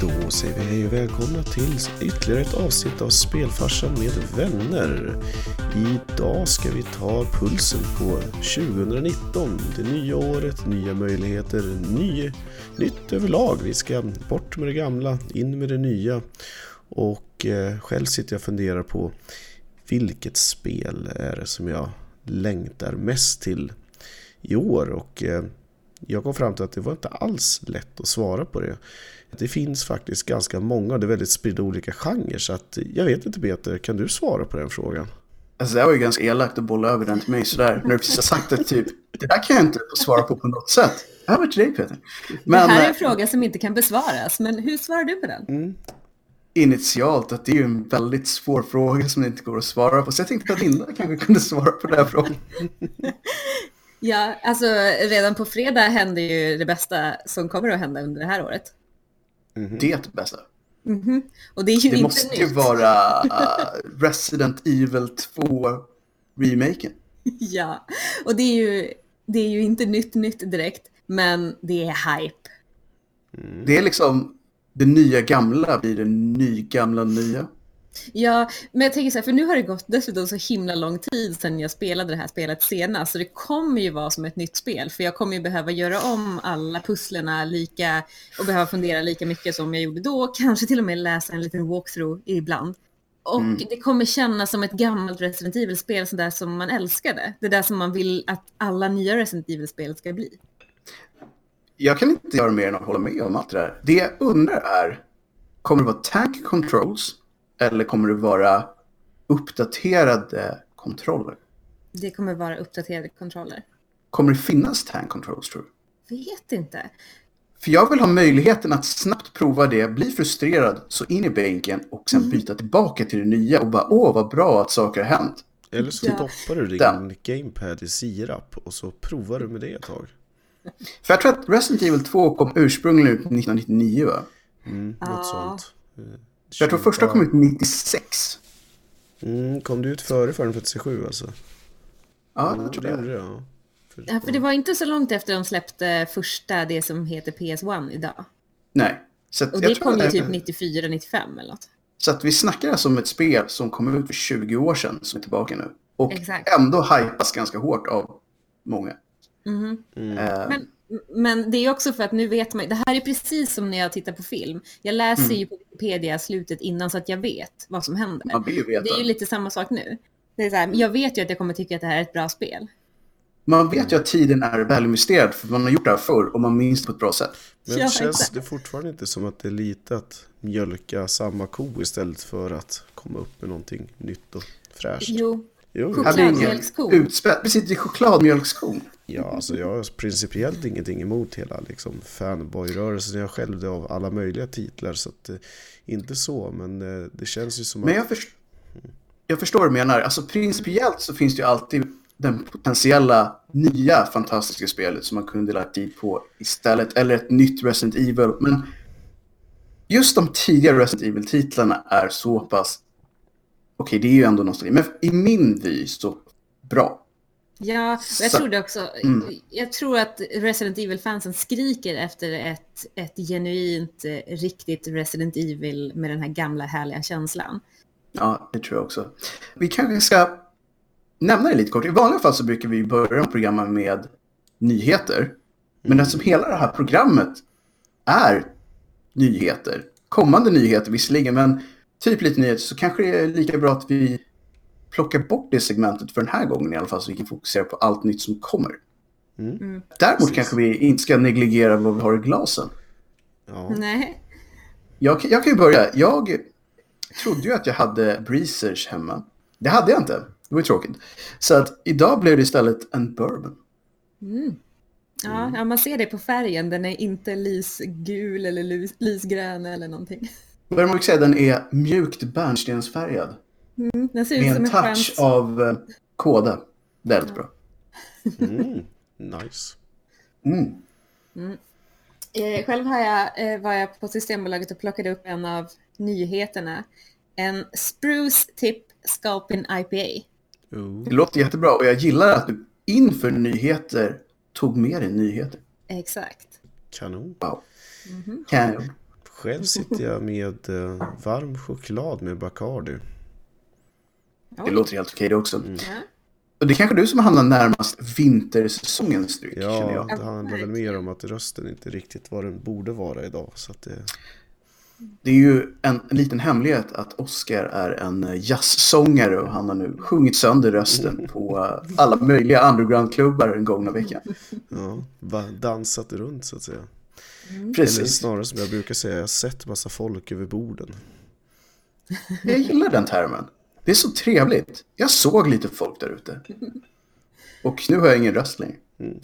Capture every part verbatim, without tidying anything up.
Då säger vi hej och välkomna till ytterligare ett avsnitt av Spelfarsan med vänner. Idag ska vi ta pulsen på tjugonitton, det nya året, nya möjligheter, ny, nytt överlag. Vi ska bort med det gamla, in med det nya. Och eh, själv sitter jag och funderar på vilket spel är det som jag längtar mest till i år. Och eh, jag kom fram till att det var inte alls lätt att svara på det. Det finns faktiskt ganska många, det är väldigt spridda olika genrer, så att jag vet inte, Peter, kan du svara på den frågan? Alltså det var ju ganska elakt att bolla över den till mig sådär, när du precis har sagt det typ, det där kan jag inte få svara på på något sätt. Över till dig, Peter. Men, det här är en fråga som inte kan besvaras, men hur svarar du på den? Mm. Initialt att det är ju en väldigt svår fråga som inte går att svara på, så jag tänkte att Linda kanske kunde svara på den här frågan. Ja, alltså redan på fredag händer ju det bästa som kommer att hända under det här året. Mm-hmm. Det bästa. Mm-hmm. Och det är ju det inte måste nytt. ju vara uh, Resident Evil två remaken. Ja, och det är ju det är ju inte nytt nytt direkt, men det är hype. Mm. Det är liksom det nya gamla blir det ny gamla nya. Ja, men jag tänker så här, för nu har det gått dessutom så himla lång tid sedan jag spelade det här spelet senast, så det kommer ju vara som ett nytt spel, för jag kommer ju behöva göra om alla pusslerna lika och behöva fundera lika mycket som jag gjorde då, kanske till och med läsa en liten walkthrough ibland. Och mm. det kommer kännas som ett gammalt Resident Evil-spel, sådär som man älskade. Det där som man vill att alla nya Resident Evil-spel ska bli. Jag kan inte göra mer än att hålla med om allt det där. Det jag undrar är, kommer det vara tank controls? Eller kommer det vara uppdaterade kontroller? Det kommer vara uppdaterade kontroller. Kommer det finnas tank controls, tror du? Vet inte. För jag vill ha möjligheten att snabbt prova det, bli frustrerad, så in i bänken och sen mm. byta tillbaka till det nya och bara, åh vad bra att saker har hänt. Eller så ja. Stoppar du din Den. gamepad i sirap och så provar du med det ett tag. För jag tror att Resident Evil två kom ursprungligen ut nittonhundranittionio, va? Mm, något ah. sånt. Jag tror första kom ut nittiosex. Mm, kom det ut före Final Fantasy sju alltså? Ja, jag tror det. det ja. För, ja, för det var inte så långt efter de släppte första, det som heter P S ett idag. Nej. Så att och det kom ju typ nittiofyra nittiofem eller något. Så att vi snackar alltså om ett spel som kom ut för tjugo år sedan som är tillbaka nu. Och Exakt. Ändå hypas ganska hårt av många. Mm-hmm. Mm. Uh, men, men det är också för att nu vet man, det här är precis som när jag tittar på film. Jag läser mm. ju på Wikipedia slutet innan så att jag vet vad som händer. Man vill ju veta. Det är ju lite samma sak nu. Det är så här, jag vet ju att jag kommer tycka att det här är ett bra spel. Man vet ju att tiden är väl investerad för man har gjort det här förr och man minns det på ett bra sätt. Men ja, känns exakt. Det fortfarande inte som att det är lite att mjölka samma ko istället för att komma upp med någonting nytt och fräscht? Jo, jo chokladmjölkskon. Utspä- Vi sitter i chokladmjölkskon. Ja, alltså jag har principiellt ingenting emot hela liksom, fanboy-rörelsen. Jag själv det av alla möjliga titlar, så att, eh, inte så, men eh, det känns ju som men att... jag, först- jag förstår vad du menar. Alltså principiellt så finns det ju alltid den potentiella nya fantastiska spelet som man kunde lagt tid på istället, eller ett nytt Resident Evil, men just de tidigare Resident Evil-titlarna är så pass okej, okay, det är ju ändå någonstans, men i min vy så bra. Ja, jag så, tror det också. Mm. Jag tror att Resident Evil-fansen skriker efter ett, ett genuint, riktigt Resident Evil med den här gamla härliga känslan. Ja, det tror jag också. Vi kanske ska nämna det lite kort. I vanliga fall så brukar vi börja programmet med nyheter. Mm. Men eftersom hela det här programmet är nyheter, kommande nyheter visserligen, men typ lite nyheter, så kanske det är lika bra att vi plockar bort det segmentet för den här gången i alla fall, så vi kan fokusera på allt nytt som kommer. Mm. Mm. Däremot Precis. kanske vi inte ska negligera vad vi har i glasen. Ja. Nej. Jag, jag kan ju börja. Jag trodde ju att jag hade breezers hemma. Det hade jag inte. Det var ju tråkigt. Så att idag blev det istället en bourbon. Mm. Ja, mm. ja, man ser det på färgen. Den är inte lysgul eller lys, lysgrön eller någonting. Vad man kan säga, den är mjukt bärnstensfärgad. Mm, den ser ut med som en touch en av uh, kåda. Väldigt ja. bra. Mm, nice. Mm. Mm. Eh, själv har jag, eh, var jag på Systembolaget och plockade upp en av nyheterna. En Spruce Tip Sculpin I P A. Oh. Det låter jättebra och jag gillar att du inför nyheter tog med dig nyheter. Exakt. Kanon. Wow. Mm-hmm. Kanon. Själv sitter jag med eh, varm choklad med Bacardi. Det låter helt okej det också. Mm. Ja. Och det är kanske du som hamnar närmast vintersäsongens dryck, känner Ja, jag. det handlar väl mer om att rösten inte riktigt vad den borde vara idag. Så att det... Det är ju en, en liten hemlighet att Oscar är en jazzsångare och han har nu sjungit sönder rösten på uh, alla möjliga undergroundklubbar den gångna veckan. Ja, bara dansat runt så att säga. Eller Precis. snarare som jag brukar säga, jag har sett massa folk över borden. Jag gillar den termen. Det är så trevligt. Jag såg lite folk där ute. Och nu har jag ingen röst längre.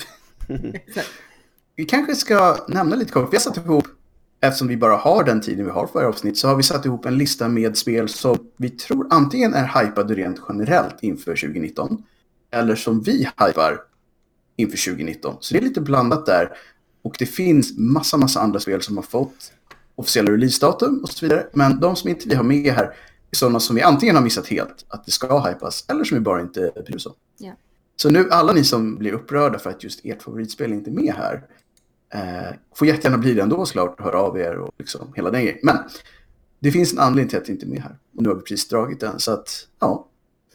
Vi kanske ska nämna lite kort. Vi har satt ihop, eftersom vi bara har den tiden vi har för avsnitt, så har vi satt ihop en lista med spel som vi tror antingen är hypade rent generellt inför tjugo nitton. Eller som vi hypar inför tjugo nitton. Så det är lite blandat där. Och det finns massa, massa andra spel som har fått officiella releasedatum och så vidare. Men de som inte vi har med här är sådana som vi antingen har missat helt att det ska hypas eller som vi bara inte bryr oss om. Ja. Så nu alla ni som blir upprörda för att just ert favoritspel inte är med här eh, får jättegärna bli det ändå såklart och höra av er och liksom hela den grejen. Men det finns en anledning till att det inte är med här. Och nu har vi precis dragit den så att ja.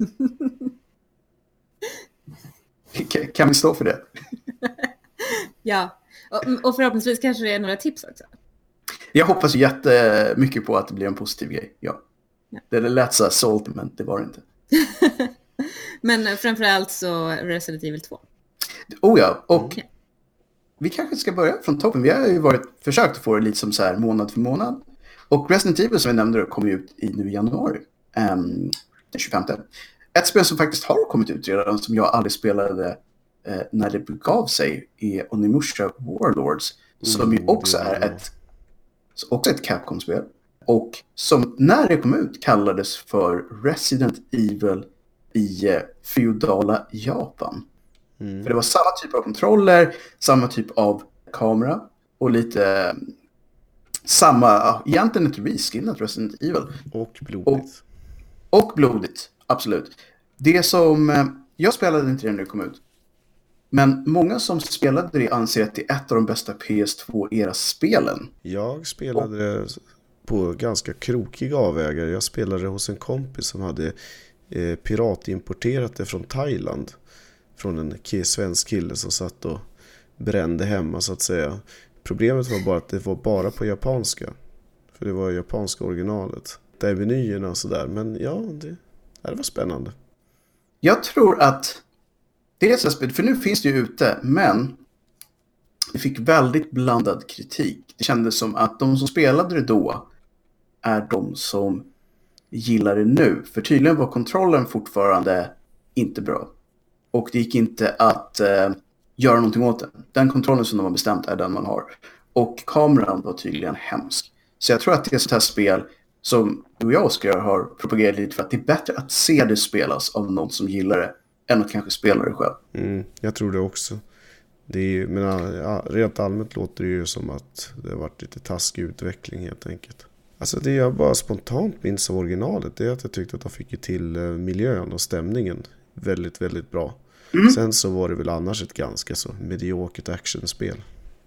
Kan vi stå för det? Ja, och, och förhoppningsvis kanske det är några tips också. Jag hoppas jättemycket på att det blir en positiv grej. Ja. Ja. Det lät så salt, men det var det inte. Men framförallt så Resident Evil två. Oh ja, och Mm. vi kanske ska börja från toppen. Vi har ju varit, försökt att få det lite som så här månad för månad. Och Resident Evil som vi nämnde kommer ut i nu i januari. Um, den tjugofemte. Ett spel som faktiskt har kommit ut redan som jag aldrig spelade eh, när det begav sig är Onimusha Warlords. Som ju också är ett, också ett Capcom-spel. Och som när det kom ut kallades för Resident Evil i eh, feudala Japan. Mm. För det var samma typ av kontroller, samma typ av kamera och lite eh, samma, ja, egentligen ett reskinnat Resident Evil. Och blodigt. Och, och blodigt, absolut. Det som, eh, jag spelade inte det när det kom ut. Men många som spelade det anser att det är ett av de bästa P S två-era-spelen. Jag spelade det på ganska krokiga avvägar. Jag spelade hos en kompis som hade eh, piratimporterat det från Thailand. Från en k- svensk kille som satt och brände hemma så att säga. Problemet var bara att det var bara på japanska. För det var japanska originalet. Där är menyerna och sådär. Men ja, det, det var spännande. Jag tror att det är ett sådant spel, för nu finns det ju ute, men det fick väldigt blandad kritik. Det kändes som att de som spelade det då är de som gillar det nu. För tydligen var kontrollen fortfarande inte bra. Och det gick inte att eh, göra någonting åt den. Den kontrollen som de har bestämt är den man har. Och kameran var tydligen hemsk. Så jag tror att det är ett sånt här spel som du och jag, Oskar, har propagerat lite för att det är bättre att se det spelas av någon som gillar det än att kanske spela det själv. Mm, jag tror det också. Det är, men ja, rent allmänt låter det ju som att det har varit lite taskig utveckling helt enkelt. Alltså det jag bara spontant minns av originalet, det är att jag tyckte att de fick ju till miljön och stämningen väldigt, väldigt bra. Mm. Sen så var det väl annars ett ganska så mediokert actionspel.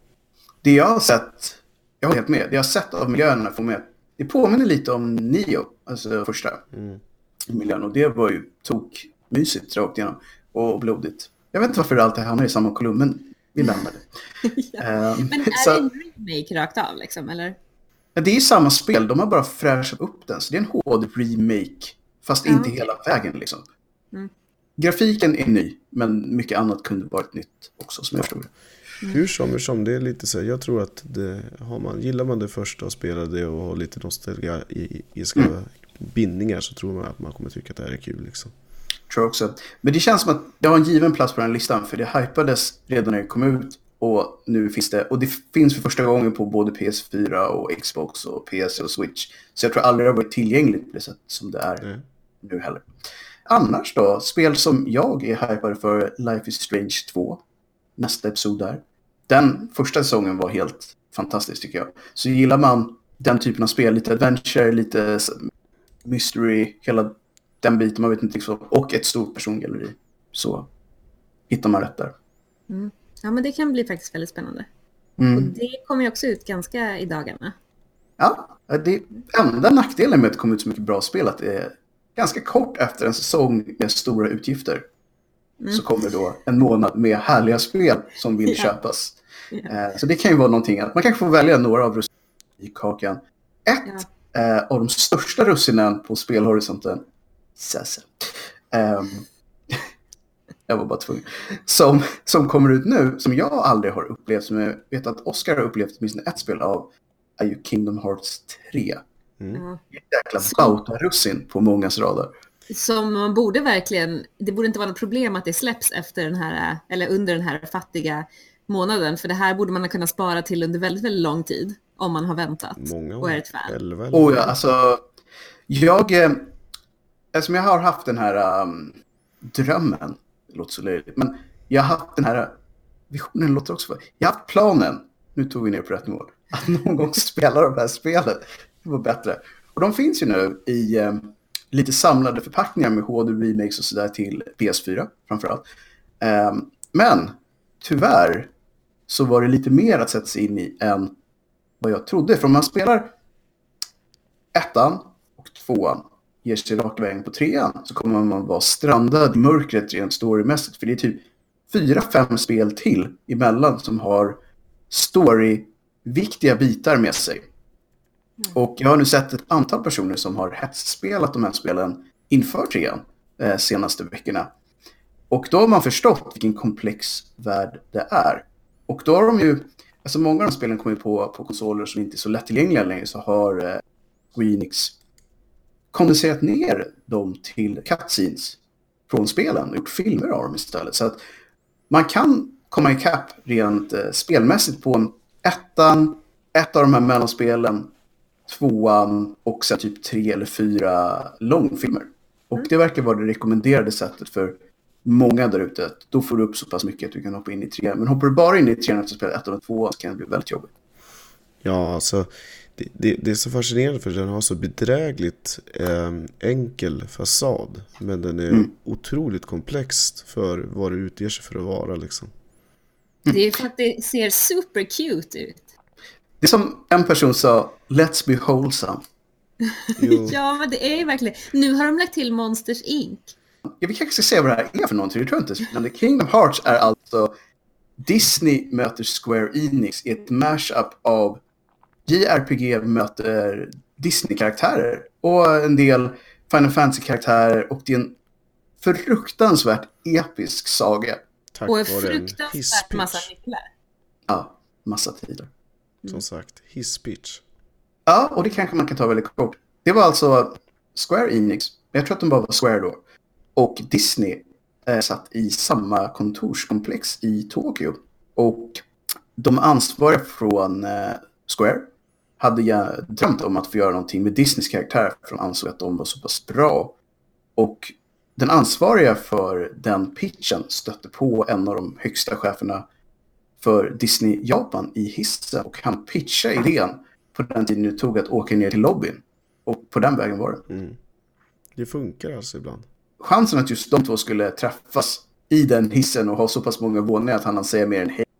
Det jag har sett, jag har helt med, det jag har sett av miljöerna får med, det påminner lite om Nio, alltså första mm. miljön, och det var ju tok mysigt rakt igenom och blodigt. Jag vet inte varför det alltid hamnar i samma kolumn, men vi lämnar det. Ja. Um, men är så, det en remake rakt av liksom, eller? Det är samma spel, de har bara fräschat upp den, så det är en hård remake, fast ja, inte okay. hela vägen liksom. Mm. Grafiken är ny, men mycket annat kunde varit nytt också, som jag förstod det. Mm. Hur som, hur som, det är lite så här, jag tror att det, har man, gillar man det första och spelar det och har lite nostalgiska i, i mm. bindningar, så tror man att man kommer tycka att det här är kul liksom. Tror också. Men det känns som att det har en given plats på den listan, för det hypades redan när det kom ut och nu finns det, och det finns för första gången på både P S fyra och Xbox och P S och Switch. Så jag tror aldrig det har varit tillgängligt på det sätt som det är mm. nu heller. Annars då, spel som jag är hypad för, Life is Strange två, nästa episod där. Den första säsongen var helt fantastisk tycker jag. Så gillar man den typen av spel, lite adventure, lite mystery, hela den biten, man vet inte liksom, och ett stort persongalleri, så hittar man rätt där. Mm. Ja, men det kan bli faktiskt väldigt spännande. Mm. Och det kommer ju också ut ganska i dagarna. Ja, det enda nackdelen med att det kommer ut så mycket bra spel att det är ganska kort efter en säsong med stora utgifter. Mm. Så kommer då en månad med härliga spel som vill yeah. köpas. Yeah. Så det kan ju vara någonting att man kanske får välja några av russinen i kakan. Ett yeah. eh, av de största russinen på spelhorisonten, Sasa. Um, jag var bara tvungen. Som, som kommer ut nu, som jag aldrig har upplevt, som jag vet att Oscar har upplevt åtminstone ett spel av, är ju Kingdom Hearts tre. Mm. Jäkla bauta-russin på mångas radar. Som man borde verkligen, det borde inte vara något problem att det släpps efter den här, eller under den här fattiga månaden, för det här borde man kunna spara till under väldigt, väldigt lång tid om man har väntat många och är ett fan. elva, oh ja, alltså jag, eftersom jag har haft den här um, drömmen, det låter så löjligt, men jag har haft den här visionen, låter också för, jag har haft planen, nu tog vi ner på rätt mål, att någon gång spela det här spelet, det var bättre. Och de finns ju nu i um, lite samlade förpackningar med H D-remakes och sådär till P S fyra framförallt. Um, men tyvärr så var det lite mer att sätta sig in i än vad jag trodde. För om man spelar ettan och tvåan, ger sig rakt vägen på trean, så kommer man vara strandad i mörkret rent storymässigt. För det är typ fyra, fem spel till emellan som har story-viktiga bitar med sig. Mm. Och jag har nu sett ett antal personer som har hetsspelat de här spelen inför trean eh, senaste veckorna. Och då har man förstått vilken komplex värld det är. Och då har de ju, alltså många av de spelen kommer ju på, på konsoler som inte är så lättillgängliga längre, så har eh, Squeenix kondenserat ner dem till cutscenes från spelen och gjort filmer av dem istället. Så att man kan komma ikapp rent eh, spelmässigt på en ettan, ett av de här mellanspelen, tvåan och sen typ tre eller fyra långfilmer. Och mm. det verkar vara det rekommenderade sättet för många där ute. Då får du upp så pass mycket att du kan hoppa in i tre. Men hoppar du bara in i tre efter att spela ett och två, så kan det bli väldigt jobbigt. Ja, alltså det, det, det är så fascinerande för den har så bedrägligt eh, enkel fasad. Men den är mm. otroligt komplex för vad det utger sig för att vara liksom. Mm. Det är för att det ser super cute ut. Det är som en person sa, let's be wholesome. Ja, men det är ju verkligen. Nu har de lagt till Monsters Incorporated. Ja, vi kanske ska se vad det här är för någonting. Jag tror inte. Men Kingdom Hearts är alltså Disney möter Square Enix i ett mashup av J R P G möter Disney-karaktärer och en del Final Fantasy-karaktärer, och det är en fruktansvärt episk saga. Tack och en fruktansvärt massa nycklar. Ja, massa titlar. Mm. Som sagt, hisspitch. Ja, och det kanske man kan ta väldigt kort. Det var alltså Square Enix, jag tror att de bara var Square då, och Disney eh, satt i samma kontorskomplex i Tokyo. Och de ansvariga från eh, Square hade jag drömt om att få göra någonting med Disneys karaktär, för de ansåg att de var så pass bra. Och den ansvariga för den pitchen stötte på en av de högsta cheferna för Disney Japan i hissen, och han pitchade idén på den tiden det tog att åka ner till lobbyn. Och på den vägen var det. Mm. Det funkar alltså ibland. Chansen att just de två skulle träffas i den hissen och ha så pass många våningar att han säger mer än hej.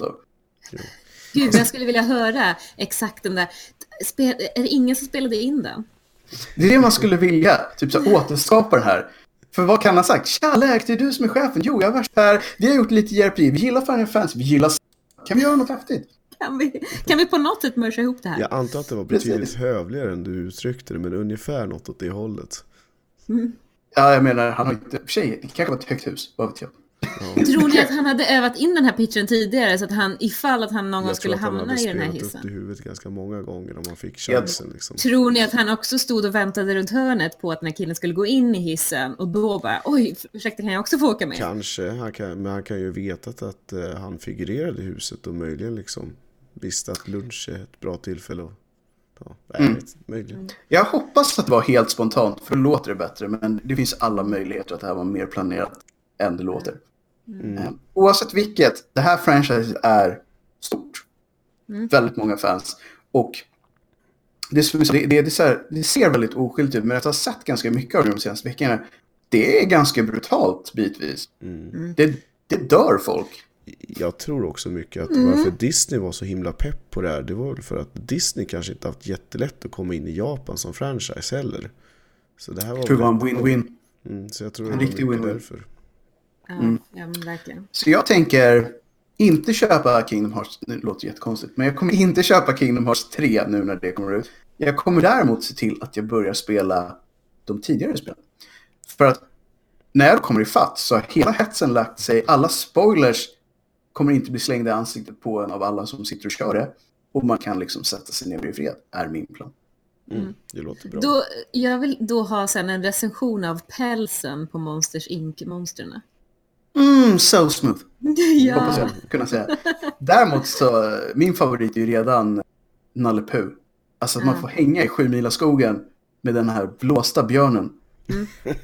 Gud, jag skulle vilja höra exakt den där. Spel, är det ingen som spelade in den? Det är det man skulle vilja. Typ så återskapa det här. För vad kan han ha sagt? Kärlek, det är du som är chefen. Jo, jag har varit här. Vi har gjort lite J R P G. Vi gillar Final Fantasy. Vi gillar... Kan vi göra något häftigt? Kan vi, kan vi på något sätt mörsa ihop det här? Jag antar att det var betydligt Precis. hövligare än du uttryckte det, men ungefär något åt det hållet. Mm. Ja, jag menar, han har inte... Tjej, det kanske var ett högt hus. Vad vet jag? Ja. Tror ni att han hade övat in den här pitchen tidigare, så att han, ifall att han någon gång skulle hamna i den här hissen? Jag tror att han hade spelat upp i huvudet ganska många gånger om man fick chansen. Liksom. Tror ni att han också stod och väntade runt hörnet på att den här killen skulle gå in i hissen och då bara, oj, ursäkta, kan jag också få åka med? Kanske, han kan, men han kan ju veta att, att uh, han figurerade i huset och möjligen liksom visste att lunch är ett bra tillfälle att ja, mm. möjligen. Jag hoppas att det var helt spontant, för då låter det bättre, men det finns alla möjligheter att det här var mer planerat än det låter. Mm. Oavsett vilket, det här franchiset är stort. Mm. Väldigt många fans. Och det, det, det, det, här, det ser väldigt oskyldigt ut, men jag har sett ganska mycket av de senaste veckorna. Det är ganska brutalt bitvis. Mm. Det, det dör folk. jag tror också mycket att Mm. varför Disney var så himla pepp på det här, det var väl för att Disney kanske inte haft jättelätt att komma in i Japan som franchise heller. Så det här var Jag tror det var en väl- win-win. Mm, så jag tror En det var riktig mycket win-win. därför. Ja, Mm. ja men verkligen. Så jag tänker inte köpa Kingdom Hearts, det låter jättekonstigt, men jag kommer inte köpa Kingdom Hearts tre nu när det kommer ut. Jag kommer däremot se till att jag börjar spela de tidigare spelen. För att när jag kommer i fatt så har hela hetsen lagt sig, alla spoilers kommer inte bli slängda i ansiktet på en av alla som sitter och kör det. Och man kan liksom sätta sig ner i fred, är min plan. Mm, det låter bra. Då, jag vill då ha sen en recension av pälsen på Monsters Inc-monsterna. Mm, so smooth. Hoppas Ja, jag kunna säga. Däremot så, min favorit är ju redan Nalle Puh. Alltså att man Mm. får hänga i sju mila skogen med den här blåsta björnen. Mm.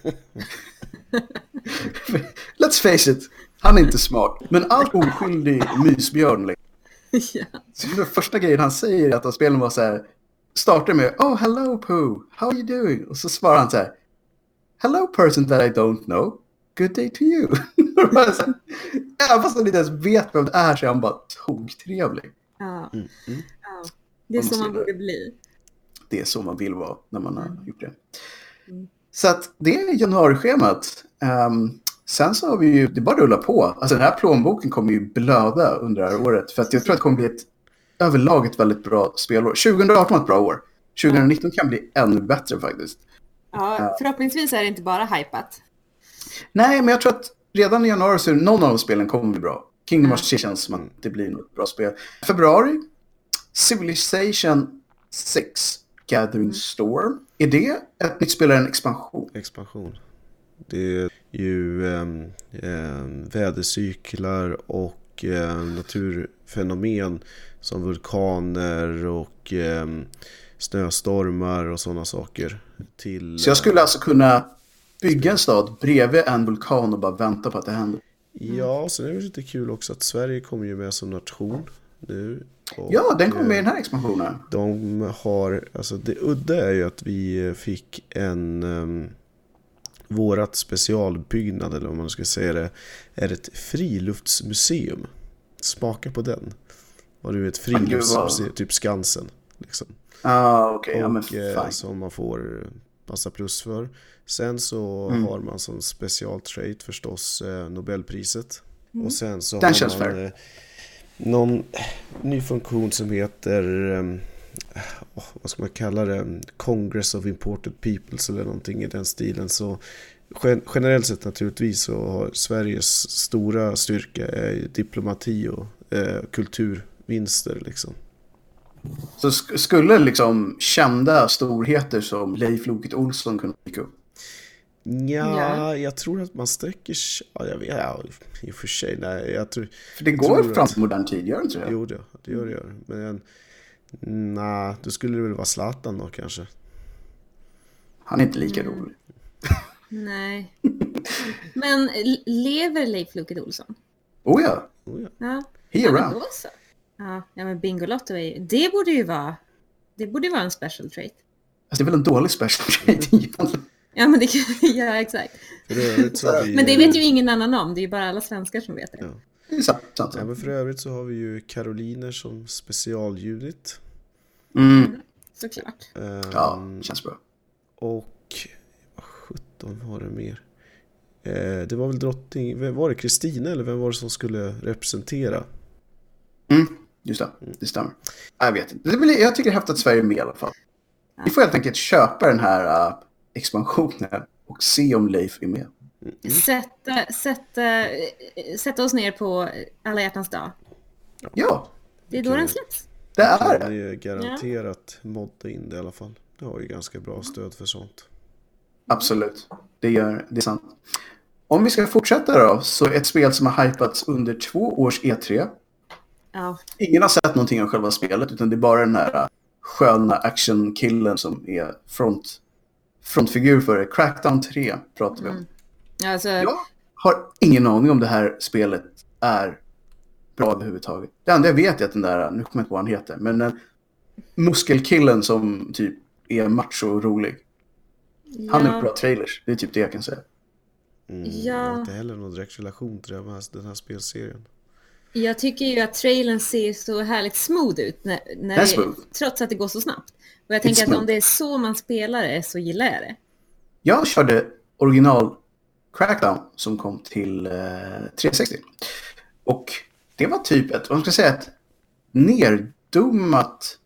Let's face it, han är inte smart. Men allt oskyldig mysbjörn. Liksom. ja. Så den första grejen han säger är att spelen var så här, startar med oh hello Pooh, how are you doing? Och så svarar han så här, hello person that I don't know, good day to you. Och bara så här, även fast han inte ens vet vem det är så är han bara toktrevlig. Ja. Mm, mm. Ja. Det är Man så man måste borde bli. Det är så man vill vara när man har gjort det. Mm. Så att det är januarischemat. Um, sen så har vi ju, det bara rullar på. Alltså den här plånboken kommer ju blöda under det här året. För att jag tror att det kommer bli ett överlag ett väldigt bra spelår. tjugo arton var ett bra år. tjugo nitton kan bli ännu bättre faktiskt. Ja, förhoppningsvis är det inte bara hypat. Nej, men jag tror att redan i januari så är någon av de spelen kommer bli bra. Kingdom Hearts tre känns som att det blir något bra spel. Februari, Civilization sex, Gathering Storm. Är det ett nytt spel eller en expansion? Expansion. Det är ju ähm, ähm, vädercyklar och ähm, naturfenomen som vulkaner och ähm, snöstormar och sådana saker. Till, Så jag skulle alltså kunna bygga en stad bredvid en vulkan och bara vänta på att det händer. Ja, så är det lite kul också att Sverige kommer ju med som nation nu. Och, Ja, den kommer med i eh, den här expansionen. De har, alltså det udda är ju att vi fick en um, vårat specialbyggnad, eller om man ska säga det, är ett friluftsmuseum. Smaka på den. Var det ett friluftsmuseum, typ Skansen liksom. Ah, okej, okay. Ja, men Och eh, fine. som man får massa plus för. Sen så Mm. har man som specialtrait förstås eh, Nobelpriset. Mm. Och sen så Den har känns man fair. eh, någon ny funktion som heter eh, oh, vad ska man kalla det? Congress of Imported Peoples eller någonting i den stilen. Så gen- generellt sett naturligtvis så har Sveriges stora styrka är diplomati och eh, kulturvinster liksom. Så sk- skulle liksom kända storheter som Leif Loket Olsson kunna dyka upp? Ja, Ja. jag tror att man sträcker sig, ja, jag vet, ja, i och för sig, nej, jag tror, För det jag går tror fram att- till modern tid, gör det inte det? jo det, det gör det, gör. Men nej, då skulle det väl vara Zlatan då kanske. Han är inte lika Mm. rolig. Nej. Men l- lever Leif Loket Olsson? Oh ja, Oh, ja. Ja. he Ja, men around. då så. Ja, ja men Bingolotto är ju, det borde ju vara, det borde ju vara en special trait. Alltså, det är väl en dålig special trait egentligen. Ja, men det kan, ja exakt. För övrigt så har vi, Men det vet ju ingen annan om, det är ju bara alla svenskar som vet det. Ja. Det är sant. sant. Ja, men för övrigt så har vi ju Karoliner som specialunit. Mm. Såklart. Ehm, Ja, känns bra. Och vad sjutton var det mer? Eh, det var väl drottning, vem var det, Kristina eller vem var det som skulle representera? Mm. Just det, det stämmer. Jag vet inte. Det blir, jag tycker det är häftigt att Sverige är med i alla fall. Vi får helt enkelt köpa den här uh, expansionen och se om Leif är med. Sätta, sätta, sätta oss ner på alla hjärtans dag. Ja, Det är då Okej. den släpps. det är Kan det. ni ju garanterat modda in det i alla fall. Det har ju ganska bra stöd för sånt. Absolut. Det, gör, det är sant. Om vi ska fortsätta då, så ett spel som har hypats under två års E tre. Ja. Ingen har sett någonting av själva spelet, utan det är bara den här uh, sköna actionkillen som är front, frontfigur för det. Crackdown tre pratar vi om. Mm. Alltså, Jag har ingen aning om det här spelet är bra överhuvudtaget. Det enda jag vet är att den där, nu kommer jag inte på vad han heter, men den muskelkillen som typ är macho och rolig. Han är ja. bra trailers, det är typ det jag kan säga. Mm, Ja. Jag har inte heller någon direkt relation till den här, den här spelserien. Jag tycker ju att trailern ser så härligt smooth ut när, när det, smooth. trots att det går så snabbt. Och jag tänker att om det är så man spelar det så gillar jag det. Jag körde original Crackdown som kom till eh, trehundrasextio. Och det var typ ett, vad ska jag säga, ett neddummat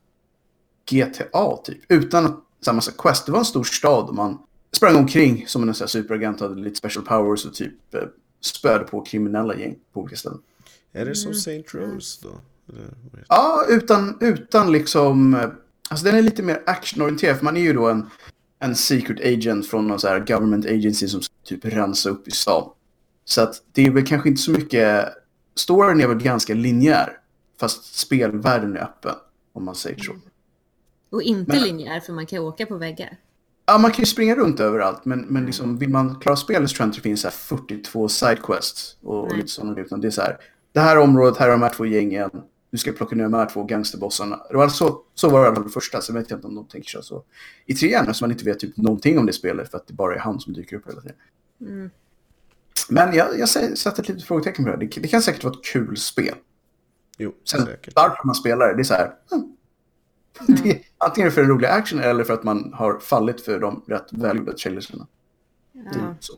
G T A typ. Utan att samma sak quest. Det var en stor stad och man sprang omkring som en sån här superagent, hade lite special powers och typ eh, spöade på kriminella gäng på olika ställen. Är det som Saint Rose då? Eller, ja, utan, utan liksom... Alltså den är lite mer actionorienterad, för man är ju då en, en secret agent från någon så här government agency som typ rensar upp i stan. Så att det är väl kanske inte så mycket... Storyn är väl ganska linjär, fast spelvärlden är öppen, om man säger så. Och inte Men, linjär, för man kan åka på väggar. Ja, man kan ju springa runt överallt, men, men liksom, vill man klara spelet så tror jag inte det finns så här fyrtiotvå sidequests och, och lite sådana, utan det är så här, det här området, här har de här två gängen, du ska plocka ner de här två gangsterbossarna. Det var alltså, så var det alltså det första, så vet jag inte om de tänker så. så. I trean, så man inte vet typ någonting om det spelet, för att det bara är han som dyker upp hela tiden. Mm. Men jag, jag sätter ett litet frågetecken på det. det. Det kan säkert vara ett kul spel. Jo, Sen, säkert. varför man spelar det, det är så här... Hmm. Mm. Det är antingen för en rolig action eller för att man har fallit för de rätt välgjorda trailersarna. Ja. Så.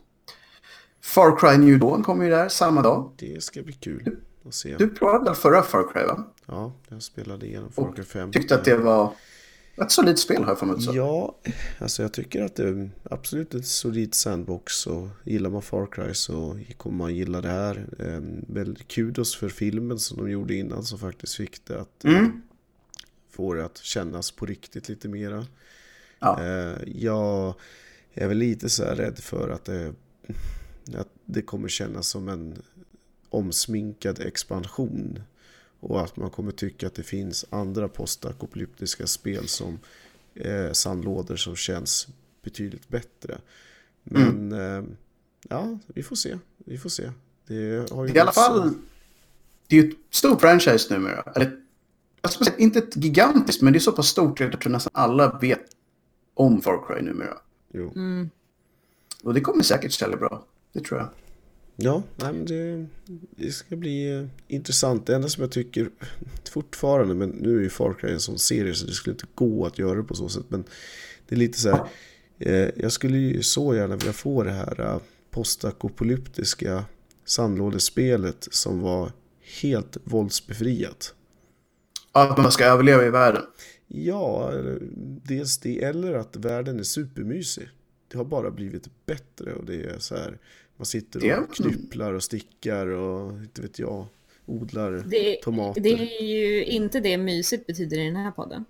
Far Cry New Dawn kommer ju där samma dag. Det ska bli kul att se. Du provade väl förra Far Cry, va? Ja, jag spelade igenom Far Cry fem. Tyckte att det var ett solidt spel, har jag för mig. Ja, alltså jag tycker att det är absolut ett solidt sandbox, och gillar man Far Cry så kommer man gilla det här. Um, väldigt kudos för filmen som de gjorde innan, som faktiskt fick det att mm. uh, få det att kännas på riktigt lite mera. Ja. Uh, jag är väl lite så här rädd för att det, att det kommer kännas som en omsminkad expansion, och att man kommer tycka att det finns andra postapokalyptiska spel som eh, sandlådor som känns betydligt bättre. Men mm. eh, ja, vi får se. Vi får se. Det har ju I alla fall så... det är ju ett stort franchise numera. Eller, jag ska säga, inte ett gigantiskt, men det är så pass stort att jag tror nästan alla vet om Far Cry numera. Jo. Mm. Och det kommer säkert ställa bra. Det tror jag. Ja, nej, men det, det ska bli eh, intressant. Det enda som jag tycker fortfarande, men nu är ju Far Cry en sån serie så det skulle inte gå att göra det på så sätt, men det är lite så här, eh, jag skulle ju så gärna vilja få det här eh, postapokalyptiska sandlådespelet som var helt våldsbefriat. Att man ska överleva i världen. Ja, dels det, eller att världen är supermysig. Det har bara blivit bättre, och det är så här, man sitter och knypplar och stickar och inte vet jag, odlar det, tomater. Det är ju inte det mysigt betyder i den här podden.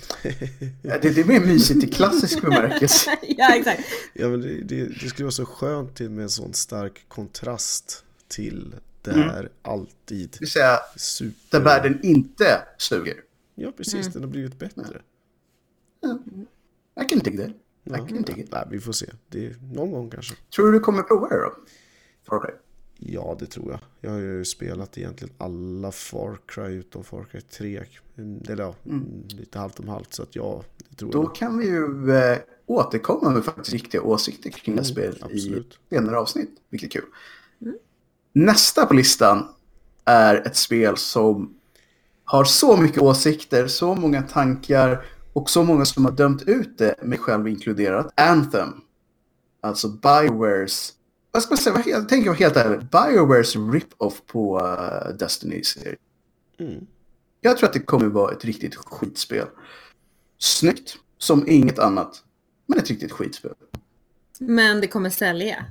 Ja, det, det är mer mysigt i klassisk bemärkelse. Ja, exakt. Ja, men det, det, det skulle vara så skönt till med en sån stark kontrast till där mm. alltid. Det vill säga, super... där världen inte suger. Ja, precis. Mm. Den har blivit bättre. Ja. Jag kan inte det. Ja, nej, vi får se. Det är någon gång kanske. Tror du du kommer prova det då? Far Cry? Ja, det tror jag. Jag har ju spelat egentligen alla Far Cry utom Far Cry tre. Eller ja, mm. lite halvt om halvt. Så att ja, det tror då jag. Då kan vi ju äh, återkomma med faktiskt riktiga åsikter kring det mm, spel i senare avsnitt. Vilket är kul. Mm. Nästa på listan är ett spel som har så mycket åsikter, så många tankar och så många som har dömt ut det, med själv inkluderat. Anthem. Alltså BioWares. Vad ska man säga? Jag tänker vara helt ärlig. BioWares rip-off på uh, Destiny-serien. Mm. Jag tror att det kommer vara ett riktigt skitspel. Snyggt. Som inget annat. Men ett riktigt skitspel. Men det kommer sälja.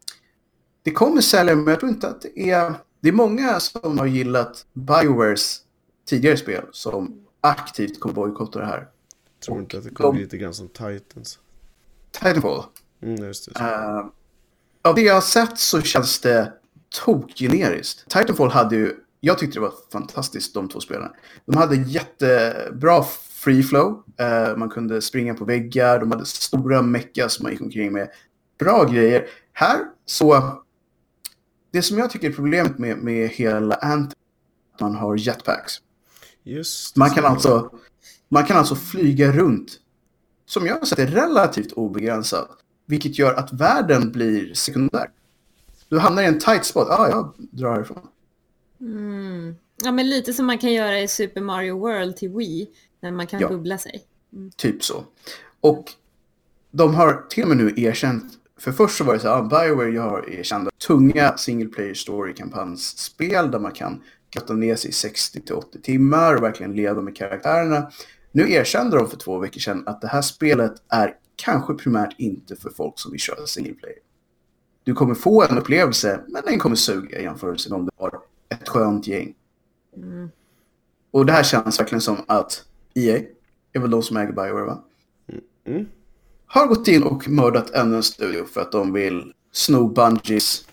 Det kommer sälja, men jag tror inte att det är... Det är många som har gillat BioWares tidigare spel som aktivt kommer bojkotta det här. Jag tror inte att det kommer de... bli lite grann som Titans. Titanfall. Mm, just det. Uh, av det jag har sett så känns det tokgeneriskt. Titanfall hade ju... Jag tyckte det var fantastiskt, de två spelarna. De hade jättebra free flow. Uh, man kunde springa på väggar. De hade stora mechas som man gick omkring med. Bra grejer. Här så... Det som jag tycker är problemet med, med hela Anthem, att man har jetpacks. Just man kan alltså man kan alltså flyga runt, som jag har sett är relativt obegränsat, vilket gör att världen blir sekundär. Du hamnar i en tight spot. Ja, ah, jag drar härifrån. Mm. Ja, men lite som man kan göra i Super Mario World till Wii, när man kan Ja. bubbla sig. Mm. Typ så. Och de har till och med nu erkänt, för först så var det så här, BioWare har erkänt tunga single player story kampanjspel där man kan katta ner sig i sextio till åttio timmar och verkligen leva med karaktärerna. Nu erkände de för två veckor sedan att det här spelet är kanske primärt inte för folk som vill köra single player. Du kommer få en upplevelse, men den kommer suga i jämförelse med om du har ett skönt gäng. Mm. Och det här känns verkligen som att E A, är väl de som äger BioWare, va? Mm. Har gått in och mördat ännu en studio för att de vill sno Bungies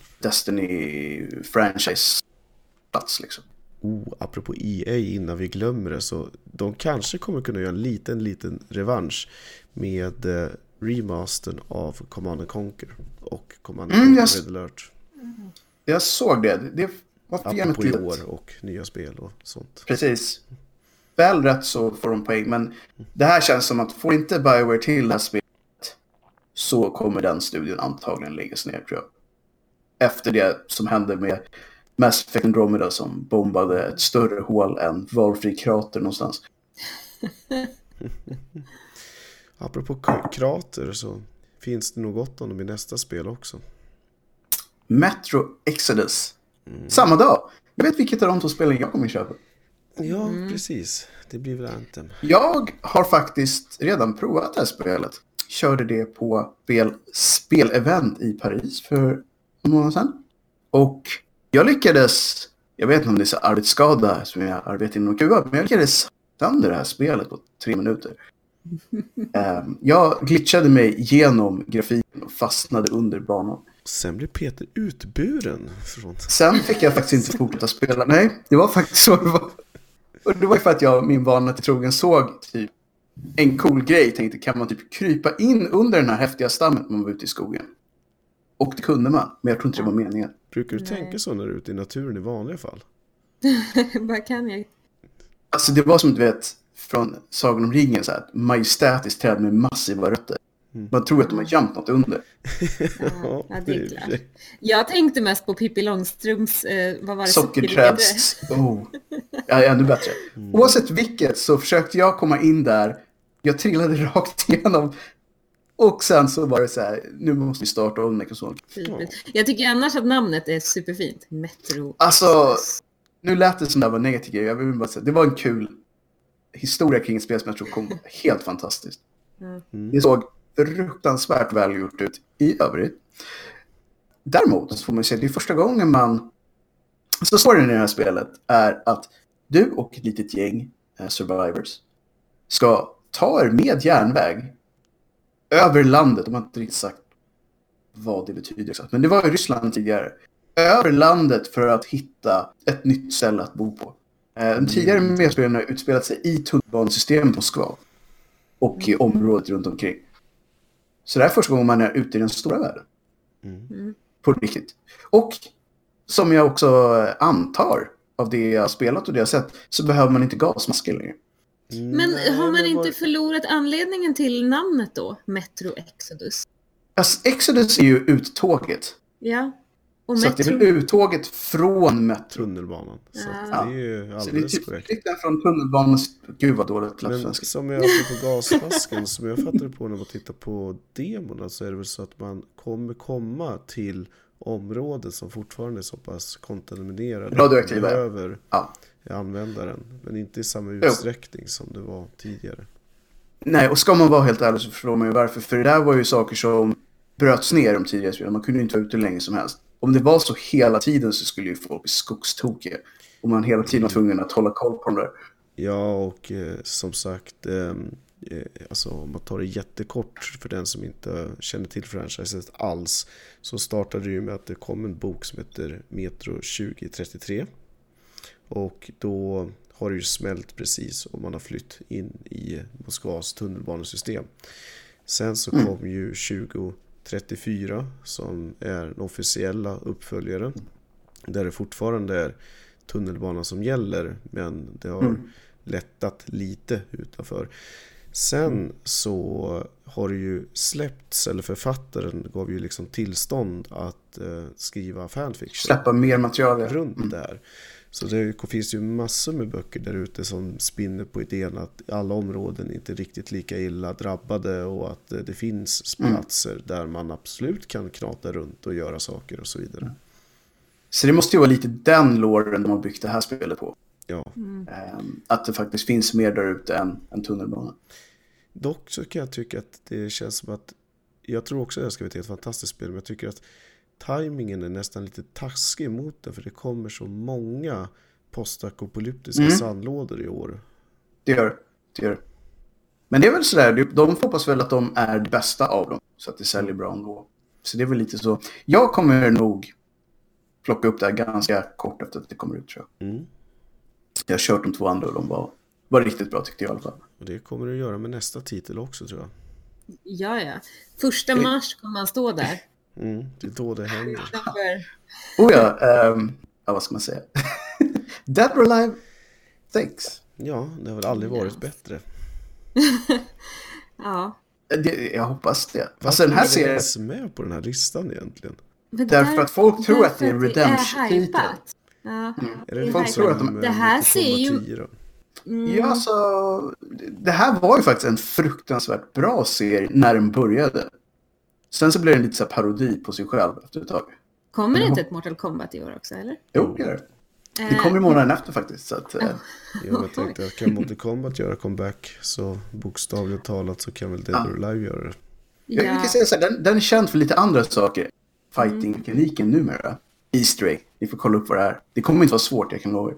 Destiny-franchise-plats liksom. Oh, apropå E A, innan vi glömmer det, så de kanske kommer kunna göra en liten, liten revansch med eh, remastern av Command and Conquer och Command and Mm, Conquer yes. Red Alert. Jag såg det. Det var för gärna Apropå i tidigt. år och nya spel och sånt. Precis. Väl rätt så får de poäng, men det här känns som att får inte BioWare till det här spelet så kommer den studion antagligen läggas ner, tror jag. Efter det som hände med Mass Effect Andromeda som bombade ett större hål än valfri krater någonstans. Apropå k- krater så finns det nog gott om dem i nästa spel också. Metro Exodus. Samma dag. Jag vet vilket av de två spelen jag kommer att köpa. Ja, precis. Det blir väl Anthem. Jag har faktiskt redan provat det här spelet. Körde det på spel, spelevent i Paris för en månad sedan. Och jag lyckades, jag vet inte om det är så arbetsskada som jag arbetar inom Q A, men jag lyckades sönder det här spelet på tre minuter. um, jag glitchade mig genom grafiken och fastnade under banan. Sen blev Peter utburen från... Sen fick jag faktiskt inte fortsätta spela. Nej, det var faktiskt så det var. Och det var för att jag, min vana till trogen, såg typ en cool grej. Tänkte, kan man typ krypa in under den här häftiga stammen när man var ute i skogen? Och det kunde man, men jag tror inte det var meningen. Brukar du Nej. tänka så när du är ute i naturen i vanliga fall? Vad kan jag? Alltså det var som du vet från Sagan om ringen, så här, ett majestätiskt träd med massiva rötter. Man tror att de har gömt något under. Ja, ja, det är i och för klart. sig. Jag tänkte mest på Pippi Långstrumps, eh, vad var det? Sockerträds... Oh. Ja, ännu bättre. Oavsett vilket så försökte jag komma in där. Jag trillade rakt igenom. Och sen så var det så här, nu måste vi starta om och Typiskt. Jag tycker annars att namnet är superfint. Metro. Alltså, nu lät det som det var negativt. Jag vill bara säga, det var en kul historia kring ett spel som jag tror kom helt fantastiskt. Mm. Det såg fruktansvärt väl gjort ut i övrigt. Däremot så får man säga att det är första gången man... Så storyn i det här spelet är att du och ett litet gäng eh, survivors ska ta er med järnväg över landet. De har inte riktigt sagt vad det betyder exakt, men det var i Ryssland tidigare. Över landet för att hitta ett nytt ställe att bo på. Eh, de tidigare medspelarna har utspelat sig i tunnelbanesystemet Moskva och i området runt omkring. Så det här är första gången man är ute i den stora världen. Mm. På riktigt. Och som jag också antar av det jag har spelat och det jag har sett, så behöver man inte gasmasker längre. Men Nej, har man det inte var- förlorat anledningen till namnet då? Metro Exodus. Alltså, Exodus är ju uttåget. Ja. Och Så att det är Metro... väl uttåget från Metro. Tunnelbanan. Så Ja. att det är ju Så det är alldeles typ korrekt. flytten från tunnelbanan. Gud vad dåligt Men klappsvenska. som jag på gasmasken, som jag fattade på när man tittar på demorna, så är det väl så att man kommer komma till områden som fortfarande är så pass kontaminerade. Radioaktiva. Behöver Ja. användaren, men inte i samma utsträckning som det var tidigare. Nej, och ska man vara helt ärlig så förstår man ju varför. För det där var ju saker som bröts ner de tidigare spelen. Man kunde ju inte vara ute hur länge som helst. Om det var så hela tiden så skulle ju folk bli skogstokiga. Och man hela tiden var tvungen att hålla koll på dem där. Ja, och eh, som sagt, eh, eh, alltså, om man tar det jättekort för den som inte känner till franchiset alls, så startade det ju med att det kom en bok som heter Metro tjugo trettiotre. Och då har det ju smält precis och man har flytt in i Moskvas tunnelbanesystem. Sen så kom mm. ju tjugo trettiofyra som är den officiella uppföljaren, där det fortfarande är tunnelbanan som gäller, men det har mm. lättat lite utanför. Sen mm. så har det ju släppts, eller författaren gav ju liksom tillstånd att eh, skriva fanfiction. Släppa mer material. Runt mm. där. Så det finns ju massor med böcker där ute som spinner på idén att alla områden inte är riktigt lika illa drabbade och att det finns platser mm. där man absolut kan knata runt och göra saker och så vidare. Mm. Så det måste ju vara lite den låren de har byggt det här spelet på. Ja. Mm. Att det faktiskt finns mer där ute än, än tunnelbanan. Dock så kan jag tycka att det känns som att jag tror också att det ska vara ett fantastiskt spel, men jag tycker att timingen är nästan lite taskig mot det, för det kommer så många postapokalyptiska mm. sandlådor i år. Det gör det. Gör. Men det är väl sådär, de hoppas väl att de är det bästa av dem, så att det säljer bra ändå. Så det är väl lite så. Jag kommer nog plocka upp det här ganska kort efter att det kommer ut, tror jag. Mm. Jag har kört de två andra och de var, var riktigt bra, tyckte jag i alla fall. Och det kommer du göra med nästa titel också, tror jag. Ja, ja. Första mars kommer man stå där. Mm, det är då det händer. Oh ja, um, ja, vad ska man säga? Dead or Alive, thanks. Ja, det har väl aldrig varit ja. bättre. Ja. Det, jag hoppas det. Varför alltså, den här är det ser... med på den här listan egentligen? Men därför där, att folk tror att det är redemption-titel. Ja. Mm. Det, folk tror att de... det här ser ju... Mm. Ja, så det här var ju faktiskt en fruktansvärt bra serie när den började. Sen så blev det lite så här parodi på sig själv efter ett tag. Kommer det inte ett Mortal Kombat i år också, eller? Jo, det gör det. Det kommer i månaden efter faktiskt. Så att, ja, jag tänkte att kan Mortal Kombat göra comeback, så bokstavligt talat så kan väl Dead or Alive göra det. Ja. Jag kan säga så här, den, den är känd för lite andra saker. Fighting-mekaniken mm. numera. Easter egg. Ni får kolla upp vad det är. Det kommer inte vara svårt, jag kan lova er.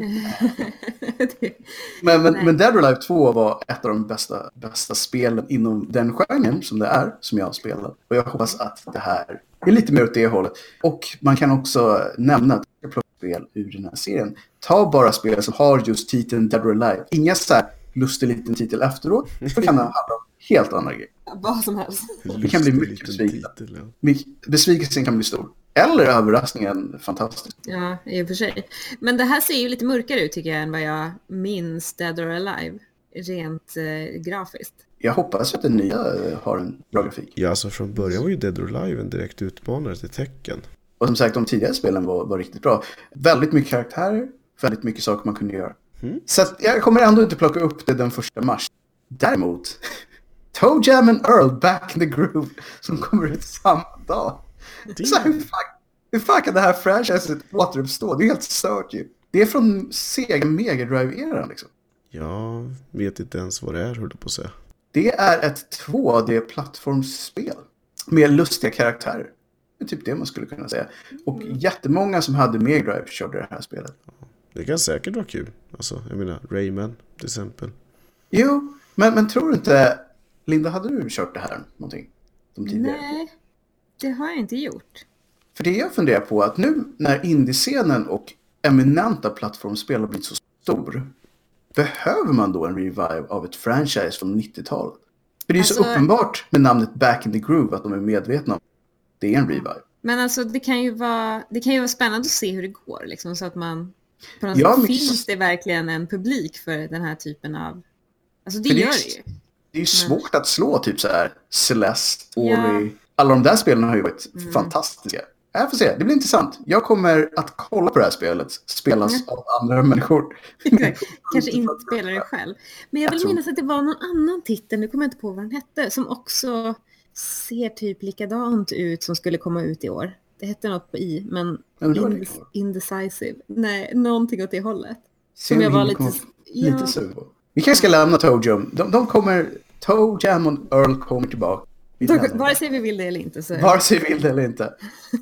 men, men, men Dead or Alive två var ett av de bästa, bästa spelen inom den genren som det är, som jag har spelat. Och jag hoppas att det här är lite mer åt det hållet. Och man kan också nämna att jag plockar spel ur den här serien. Ta bara spel som har just titeln Dead or Alive. Inga så här lustig liten titel efteråt. För det kan handla om helt andra grejer. Vad som helst. Det kan bli mycket besvikelse. Ja. Besvikelsen kan bli stor. Eller överraskningen fantastisk. Ja, i och för sig. Men det här ser ju lite mörkare ut tycker jag än vad jag minns Dead or Alive. Rent eh, grafiskt. Jag hoppas att den nya eh, har en bra grafik. Ja, alltså från början var ju Dead or Alive en direkt utmanare till tecken. Och som sagt, de tidigare spelen var, var riktigt bra. Väldigt mycket karaktärer. Väldigt mycket saker man kunde göra. Mm. Så att jag kommer ändå inte plocka upp det den första mars. Däremot, Toe Jam and Earl Back in the Groove som kommer ut samma dag. Det... Så hur fan, hur fan kan det här franchiset återuppstå? Det är helt stört ju. Det är från Sega Mega Drive-eran liksom. Jag vet inte ens vad det är, höll du på att säga. Det är ett två D-plattformsspel med lustiga karaktärer. Det är typ det man skulle kunna säga. Och jättemånga som hade Mega Drive körde det här spelet. Det kan säkert vara kul. Alltså, jag menar, Rayman till exempel. Jo, men, men tror du inte... Linda, hade du kört det här någonting? De tidigare? Nej, det har jag inte gjort. För det jag funderar på att nu när indiescenen och eminenta plattformsspel har blivit så stor, behöver man då en revive av ett franchise från nittiotalet? För det är ju alltså, så uppenbart med namnet Back in the Groove att de är medvetna om det är en revive. Men alltså det kan ju vara, det kan ju vara spännande att se hur det går liksom, så att man på något ja, sätt, men... finns det verkligen en publik för den här typen av, alltså det, det gör det ju. Det är ju svårt men... att slå typ så här Celeste, Ori, ja. Alla de där spelen har ju varit mm. fantastiska. Jag får se, det blir intressant. Jag kommer att kolla på det här spelet. Spelas mm. av andra människor. Kanske inte spelar det själv. Men jag vill jag minnas tror... att det var någon annan titel, nu kommer jag inte på vad den hette, som också ser typ likadant ut som skulle komma ut i år. Det hette något på i, men indes- indecisive. Nej, någonting åt det hållet. Ser som jag var lite... Ja. lite sur på. Vi kanske ska lämna Toe Jam. De, de kommer... Toe Jam och Earl kommer tillbaka. Vare sig vi vill det eller inte. Så... Vare sig vi vill det eller inte.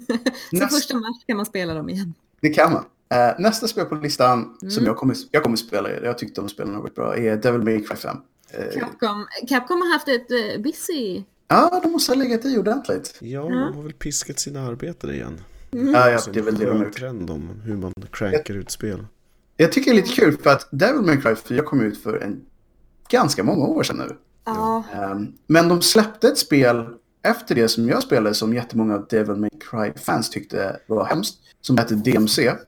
så nästa... första mars kan man spela dem igen. Det kan man. Uh, nästa spel på listan mm. som jag kommer, jag kommer spela, jag tyckte de spelarna var bra, är Devil May Cry fem. Uh, Capcom. Capcom har haft ett uh, busy... Ja, de måste ha legat i ordentligt. Ja, de har väl piskat sina arbetare igen. Mm. Ja, ja, det är väl det de har trend om hur man crankar ut spel. Jag tycker det är lite kul för att Devil May Cry fyra kom ut för en ganska många år sedan nu. Ja. Um, men de släppte ett spel efter det som jag spelade som jättemånga Devil May Cry-fans tyckte var hemskt, som hette D M C.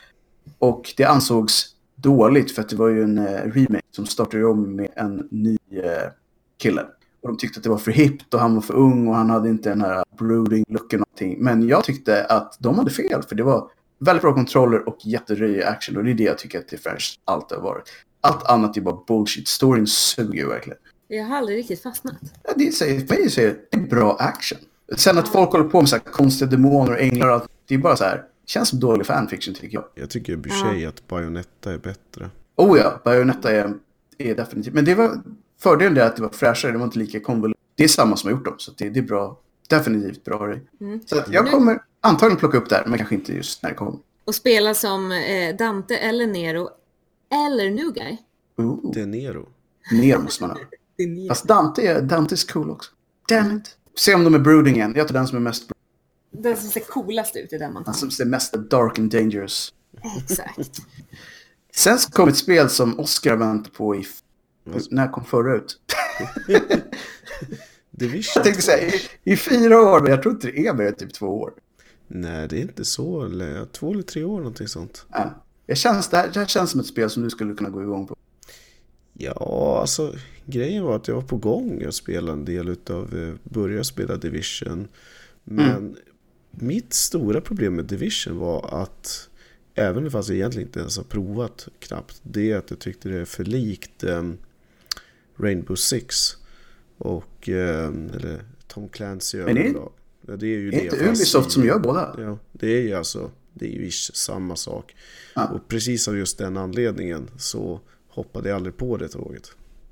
Och det ansågs dåligt för att det var ju en uh, remake som startade om med en ny uh, kille. Och de tyckte att det var för hippt och han var för ung och han hade inte den här brooding looken och någonting. Men jag tyckte att de hade fel, för det var väldigt bra kontroller och jätteröjig action. Och det är det jag tycker att det French alltid har varit. Allt annat är bara bullshit. Storyn suger ju verkligen. Jag har aldrig riktigt fastnat. Ja, det säger, för mig säger det är bra action. Sen att folk håller på med så här konstiga demoner och änglar och allt, det är bara så här, känns som dålig fanfiction tycker jag. Jag tycker i och för sig att Bayonetta är bättre. Oh ja, Bayonetta är, är definitivt. Men det var fördelen är att det var fräschare, det var inte lika konvolut. Det är samma som har gjort dem, så det, det är bra. Definitivt bra. Mm. Så att jag kommer antagligen plocka upp där, men kanske inte just när det kommer. Och spela som eh, Dante eller Nero eller New Guy. Oh. Det är Nero. Nero måste man ha. Fast Dante är Dantes cool också. Damn it. Se om de är brooding igen. Jag tar den som är mest den som ser coolast ut i den man tar. Den som ser mest dark and dangerous. Exakt. Sen kom ett spel som Oscar väntar på i... När kom förra ut? Division. Jag tänkte säga, i, i fyra år, men jag tror inte det är mer än typ två år. Nej, det är inte så. Eller, två eller tre år, någonting sånt. Ja. Jag känns, det, här, det här känns som ett spel som du skulle kunna gå igång på. Ja, alltså grejen var att jag var på gång. Jag spelade en del utav, började spela Division. Men mm. mitt stora problem med Division var att, även fast jag egentligen inte ens har provat knappt, det är att jag tyckte det är för likt um, Rainbow Six och um, eller Tom Clancy överlag. Ja, det är ju är det. Inte Ubisoft som gör båda? Ja, det är ju alltså, det är ju samma sak. Ja. Och precis av just den anledningen så hoppade jag aldrig på det tåget.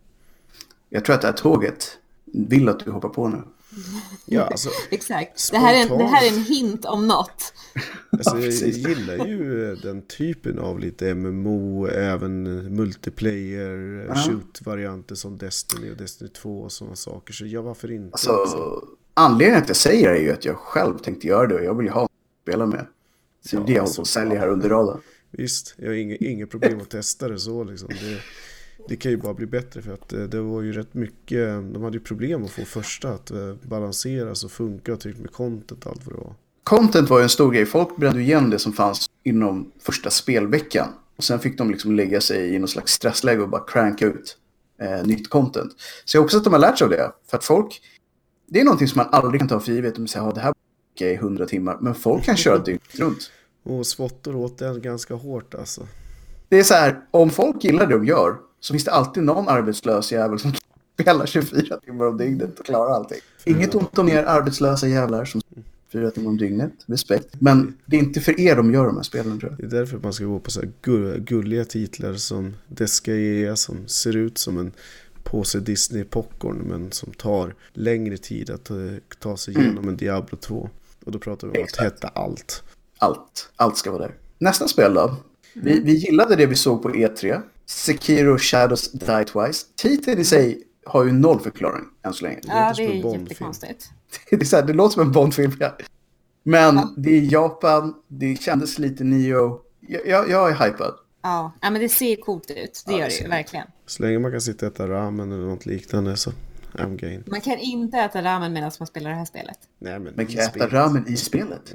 Jag tror att det här tåget vill att du hoppar på nu. Ja, alltså, exakt. Spontant... Det, här är en, det här är en hint om något. Alltså, jag gillar ju den typen av lite M M O, även multiplayer, ja. shoot-varianter som Destiny och Destiny två och sådana saker. Så jag varför inte? Alltså, alltså. Anledningen att jag säger är ju att jag själv tänkte göra det och jag vill ju ha att spela med. Så ja, det jag håller på att sälja här under raden. Visst, jag har inget, inget problem att testa det så liksom. Det, det kan ju bara bli bättre för att det, det var ju rätt mycket, de hade ju problem att få första att balanseras och funka och typ med content och allt vad det var. Content var ju en stor grej. Folk brände igen det som fanns inom första spelveckan. Och sen fick de liksom lägga sig i någon slags stressläge och bara cranka ut eh, nytt content. Så jag hoppas att de har lärt sig av det. För att folk, det är någonting som man aldrig kan ta för givet. De säger att det här är hundra timmar. Men folk kan köra dygnet runt. Och svottar åt den ganska hårt alltså. Det är så här, om folk gillar det de gör så finns det alltid någon arbetslös jävel som spelar tjugofyra timmar om dygnet och klarar allting. Inget ont om er arbetslösa jävlar som fyra timmar om dygnet, respekt. Men det är inte för er de gör de här spelen, tror jag. Det är därför man ska gå på så här gulliga titlar som Descaia som ser ut som en påse Disney popcorn men som tar längre tid att ta sig igenom mm. en Diablo två. Och då pratar vi om Exakt. Att hetta allt. Allt. Allt ska vara där. Nästa spel då. Vi, vi gillade det vi såg på E tre. Sekiro Shadows Die Twice. Titeln i sig har ju noll förklaring än så länge. Ja, det är jättekonstigt. Det, är så här, det låter som en Bond-film, ja. Men ja. Det är Japan. Det kändes lite Neo. Jag, jag, jag är hypad. Ja. ja, men det ser coolt ut. Det ja, gör det ju, verkligen. Så länge man kan sitta och äta ramen eller något liknande så I'm game. Man kan inte äta ramen medan man spelar det här spelet. Nej, men man kan äta spelet. ramen i spelet.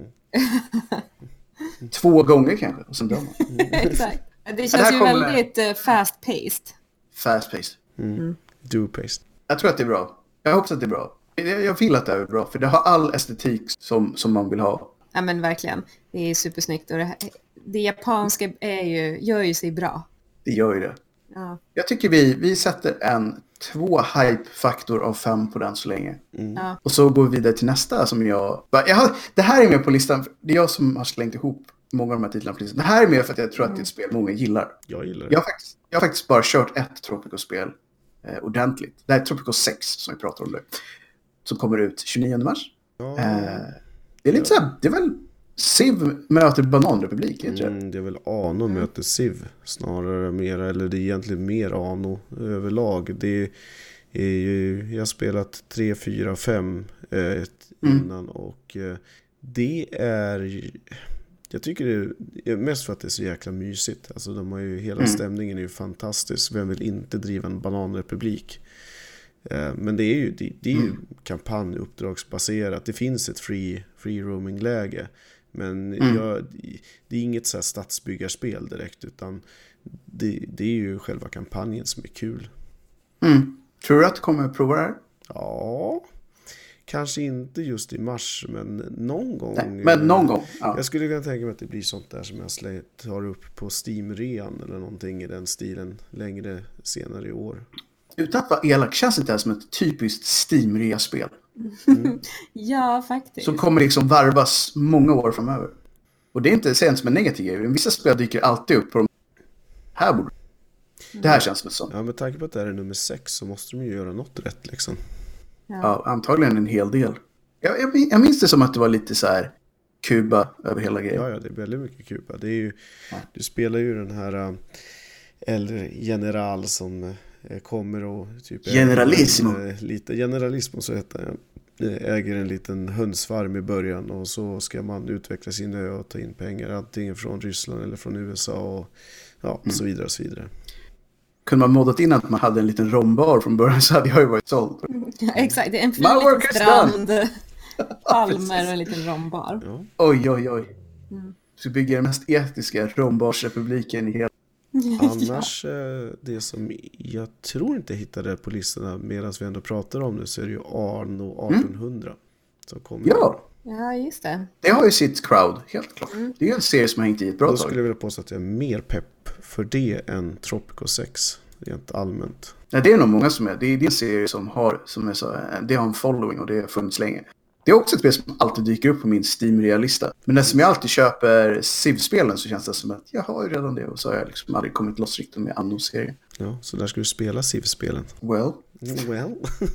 Mm. Två gånger kanske. Och sen döma. Mm. Exakt. Det känns det ju kommer... väldigt uh, fast-paced. Fast-paced. Mm. Mm. Do-paced. Jag tror att det är bra. Jag hoppas att det är bra. Jag, jag vill att det är bra. För det har all estetik som, som man vill ha. Ja, men verkligen. Det är supersnyggt. Och det, här, det japanska är ju, gör ju sig bra. Det gör ju det. Ja. Jag tycker vi, vi sätter en två hype-faktor av fem på den så länge. Mm. Ja. Och så går vi vidare till nästa som jag... jag har, det här är med på listan. Det är jag som har slängt ihop många av de här titlarna på listan. Det här är med för att jag tror att det är ett spel många gillar. Jag gillar det. Jag har faktiskt, jag har faktiskt bara kört ett Tropico-spel eh, ordentligt. Det här är Tropico sex som vi pratar om nu. Som kommer ut tjugonionde mars. Ja. Eh, det är lite ja. så här, det är väl Civ möter Bananrepublik, mm, tror jag. Det är väl Ano mm. möter Civ snarare mer, eller det är egentligen mer Ano överlag. Det är ju, jag har spelat tre, fyra, fem eh, innan mm. och eh, det är, jag tycker det är mest för att det är så jäkla mysigt. Alltså de har ju, hela mm. stämningen är ju fantastisk. Vem vill inte driva en bananrepublik? Eh, men det är ju, det, det är ju mm. kampanjuppdragsbaserat. Det finns ett free, free roaming-läge. Men mm. jag, det är inget så här stadsbyggarspel direkt, utan det, det är ju själva kampanjen som är kul. Mm. Tror du att du kommer att prova det här? Ja, kanske inte just i mars, men någon gång. Nej, men någon gång. Ja. Jag skulle kunna tänka mig att det blir sånt där som jag slä- tar upp på Steam-rean eller någonting i den stilen längre senare i år. Utan att vara elak, känns det här som ett typiskt Steam-rea-spel. Mm. Ja, faktiskt. Som kommer liksom varvas många år framöver. Och det är inte sent som en negativ grej. Vissa spel dyker alltid upp på de här borde. Det här känns som ett sånt. Ja, med tanke på att det här är nummer sex så måste de ju göra något rätt liksom. Ja. Ja, antagligen en hel del. Jag, jag, jag minns det som att det var lite så här Kuba över hela grejen. Ja, ja, det är väldigt mycket Kuba. Det är ju, ja. Du spelar ju den här äh, äldre general som äh, kommer och typ... Generalismo. Äger, äh, lite, generalismo så heter det. Äger en liten hönsfarm i början och så ska man utveckla sin ö och ta in pengar antingen från Ryssland eller från U S A och ja, mm. så vidare och så vidare. Kunde man moddat in att man hade en liten rombar från början så hade jag ju varit såld. Ja, exakt, det är en fin liten strand, palmer och en liten rombar. Ja. Oj, oj, oj. Mm. Så bygger den mest etiska rombarsrepubliken i hela... Annars, ja. Det som jag tror inte hittade på listorna medan vi ändå pratar om det så är det ju Arno artonhundra mm. som kommer. Ja. Ja, just det. Det har ju sitt crowd, helt klart. Mm. Det är ju en serie som har hängt i ett bra tag. Då tag. skulle jag vilja påstå att jag är mer pepp för det än Tropico sex, rent allmänt. Ja, det är nog många som är. Det är en serie som har, som är så, det har en following och det har funnits länge. Det är också ett spel som alltid dyker upp på min Steam-rea-lista. Men när som jag alltid köper Civ-spelen så känns det som att jag har ju redan det. Och så har jag liksom aldrig kommit loss riktigt med Anno-serien. Ja, så där ska du spela Civ-spelen. Well. Well.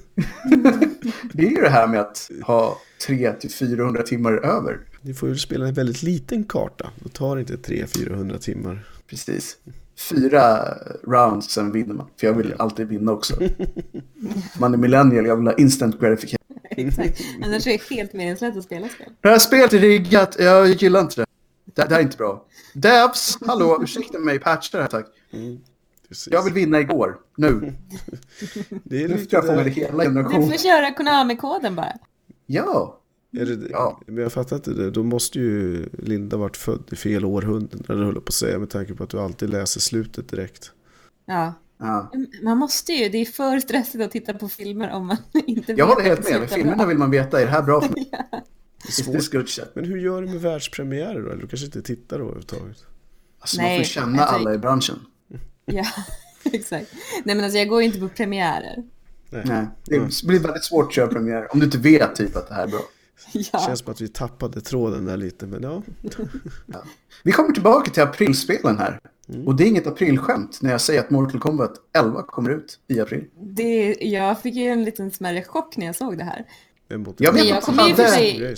Det är ju det här med att ha tre till fyrahundra timmar över. Du får ju spela en väldigt liten karta. Då tar det inte tre till fyrahundra timmar. Precis. Fyra rounds, sen vinner man. För jag vill alltid vinna också. Man är millennial, jag vill ha instant gratification. Exakt. Annars är det helt meningslöst att spela spel. Det här spelet är riggat, jag gillar inte det. Det, det här är inte bra. Devs, hallå, ursäkta mig, patcha det här, tack. Mm, jag vill vinna igår, nu. Det är nu ska jag få med det hela generationen. Du får köra Konami-koden bara. Ja. Är det, ja. Men jag fattar inte det. Då måste ju Linda varit född i fel århundrade, eller håller på att säga, med tanke på att du alltid läser slutet direkt. Ja. Ja. Man måste ju, det är för stressigt att titta på filmer om man inte vet. Jag håller helt med, med filmerna vill man veta, är det här bra för mig? Ja. Det är svårt. Men hur gör du med världspremiärer då? Eller du kanske inte tittar då överhuvudtaget? Alltså Nej, man får känna alltså, alla i branschen. Ja, exakt. Nej men alltså jag går ju inte på premiärer. Nej, Nej det mm. blir väldigt svårt att köra premiärer om du inte vet typ att det här är bra. Ja. Det känns som att vi tappade tråden där lite, men ja. Ja. Vi kommer tillbaka till aprilspelen här. Mm. Och det är inget aprilskämt när jag säger att Mortal Kombat elva kommer ut i april. Det, jag fick ju en liten smärre chock när jag såg det här. Jag vet jag kommer ju för sig...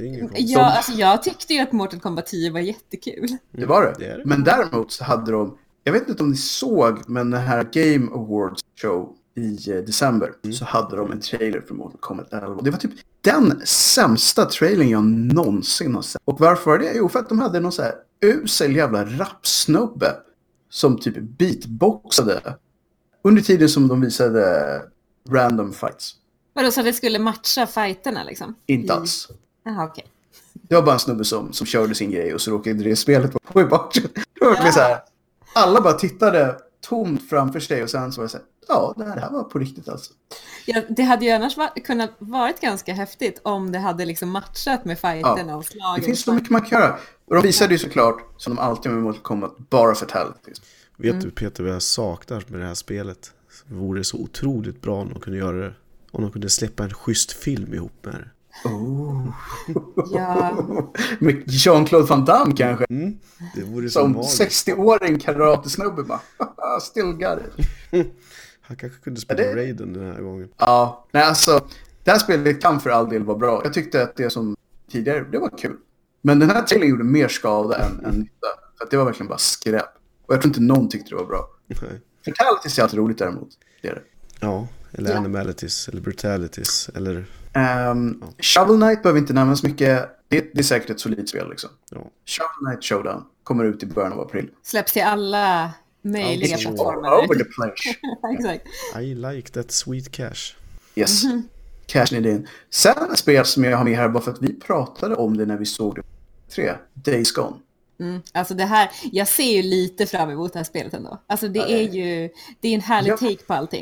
ja, alltså, jag tyckte ju att Mortal Kombat tio var jättekul. Det var det. det, det. Men däremot så hade de... Jag vet inte om ni såg, men den här Game Awards show i december mm. så hade de en trailer för Mortal Kombat elva. Det var typ den sämsta trailern jag någonsin har sett. Och varför var det? Jo, för att de hade någon så här usel jävla rapsnubbe som typ beatboxade under tiden som de visade random fights. Vadå, så det skulle matcha fighterna liksom? Inte alls. Jaha, okej. Okay. Det var bara en snubbe som, som körde sin grej och så råkade det spelet på i bakgrunden. Det var verkligen så här. Alla bara tittade tomt framför sig och sen så var det så här, ja, det här var på riktigt alltså. Ja, det hade ju annars var, kunnat varit ganska häftigt om det hade liksom matchat med fighterna ja, och slagen. Det finns så mycket man kan göra. Och de visade ju såklart, som de alltid med Mortal Kombat, bara fatalities. Vet mm. du Peter vad jag saknar med det här spelet? Det vore så otroligt bra om de kunde göra det. Om de kunde släppa en schysst film ihop med det. Oh. Ja. Med Jean-Claude Van Damme kanske. Mm. Det vore som så sextio-åring karatesnubbe bara. Still got it. Han kanske kunde spela ja, det... Raiden den här gången. Ja, nej alltså. Det här spelet kan för all del vara bra. Jag tyckte att det som tidigare, det var kul. Men den här trailern gjorde mer skada än, än nytta. För att det var verkligen bara skräp. Och jag tror inte någon tyckte det var bra. Nej. Fatalities är alltid roligt däremot. Det är det. Ja, eller ja. Animalities, eller Brutalities, eller... Um, ja. Shovel Knight behöver inte nämnas mycket. Det, det är säkert ett solidt spel liksom. Ja. Shovel Knight Showdown kommer ut i början av april. Släpps till alla möjliga ja, plattformar. All over the place. Exakt. I like that sweet cash. Yes, mm-hmm. Cash är din. Sen ett spel som jag har med här bara för att vi pratade om det när vi såg det. Tre, Days Gone. Mm, alltså det här, jag ser ju lite fram emot det här spelet ändå. Alltså det är ju, det är en härlig ja. take på allting.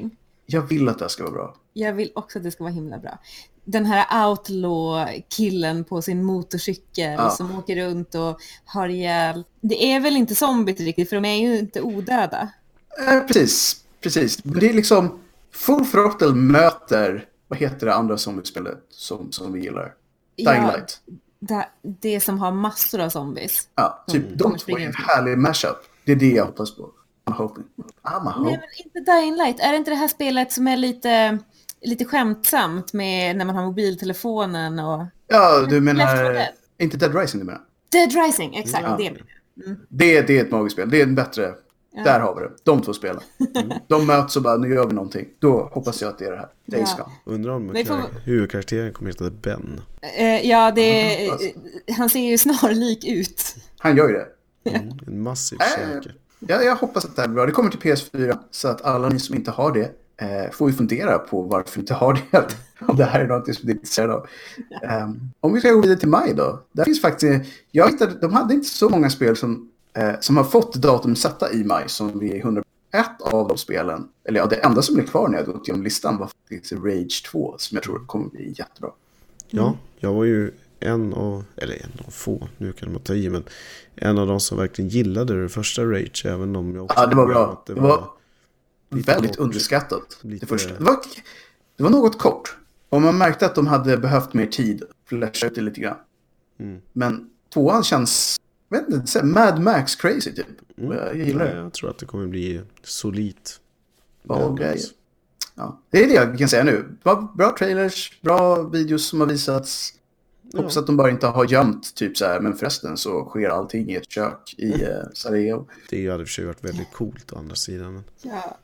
jag vill att det ska vara bra. Jag vill också att det ska vara himla bra. Den här outlaw-killen på sin motorcykel Ja. som åker runt och har ihjäl... Det är väl inte zombies riktigt, för de är ju inte odöda. Eh, precis, precis. Men det är liksom Full Throttle möter, vad heter det andra zombiespelet som, som vi gillar? Dying Ja, Light. Det, det som har massor av zombies. Ja, typ Mm. de två är en härlig mashup. Det är det jag hoppas på. I'm hoping. I'm Nej, hoping. men inte Dying Light. Är det inte det här spelet som är lite, lite skämtsamt med när man har mobiltelefonen och... Ja, du Left menar... four Dead. Inte Dead Rising du menar? Dead Rising, exakt. Ja. Det menar jag. Mm. Det, det är ett magiskt spel. Det är en bättre... Ja. Där har vi det. De två spelen. De möts och bara, nu gör vi någonting. Då hoppas jag att det är det här. Days Ja. Gone. Undrar om Vi får- kar- huvudkaraktären kommer heta Ben. Eh, ja, det, Mm, alltså. han ser ju snarlik ut. Han gör ju det. Mm. En massiv Äh, käke. Ja, jag hoppas att det här är bra. Det kommer till P S fyra. Så att alla ni som inte har det eh, får ju fundera på varför ni inte har det. Om det här är något som ni är intresserade av. Um, om vi ska gå vidare till maj då. Där finns faktiskt... Jag hittade, de hade inte så många spel som, eh, som har fått datum satta i maj som vi är hundra. Ett av de spelen, eller ja, det enda som är kvar när jag gått igenom listan var faktiskt Rage två som jag tror kommer bli jättebra. Ja, jag var ju en av, eller en av få, nu kan man ta i, men en av de som verkligen gillade det första Rage, även om jag också... Ja, det var bra. att Det var lite väldigt kort. underskattat. Lite- Det, första. Det, var, det var något kort. Och man märkte att de hade behövt mer tid att flasha ut det lite grann. Mm. Men tvåan känns, jag vet inte, så här Mad Max crazy typ. Mm. Och Jag, jag gillar Ja, det. jag tror att det kommer bli solitt. Bra grejer. Ja, det är det vi kan säga nu. Bra, bra trailers, bra videos som har visats. Ja. Hoppas att de bara inte har gömt typ så här, men förresten så sker allting i ett kök i uh, Sarajevo. Det hade för sig varit väldigt coolt å andra sidan. Men... Ja.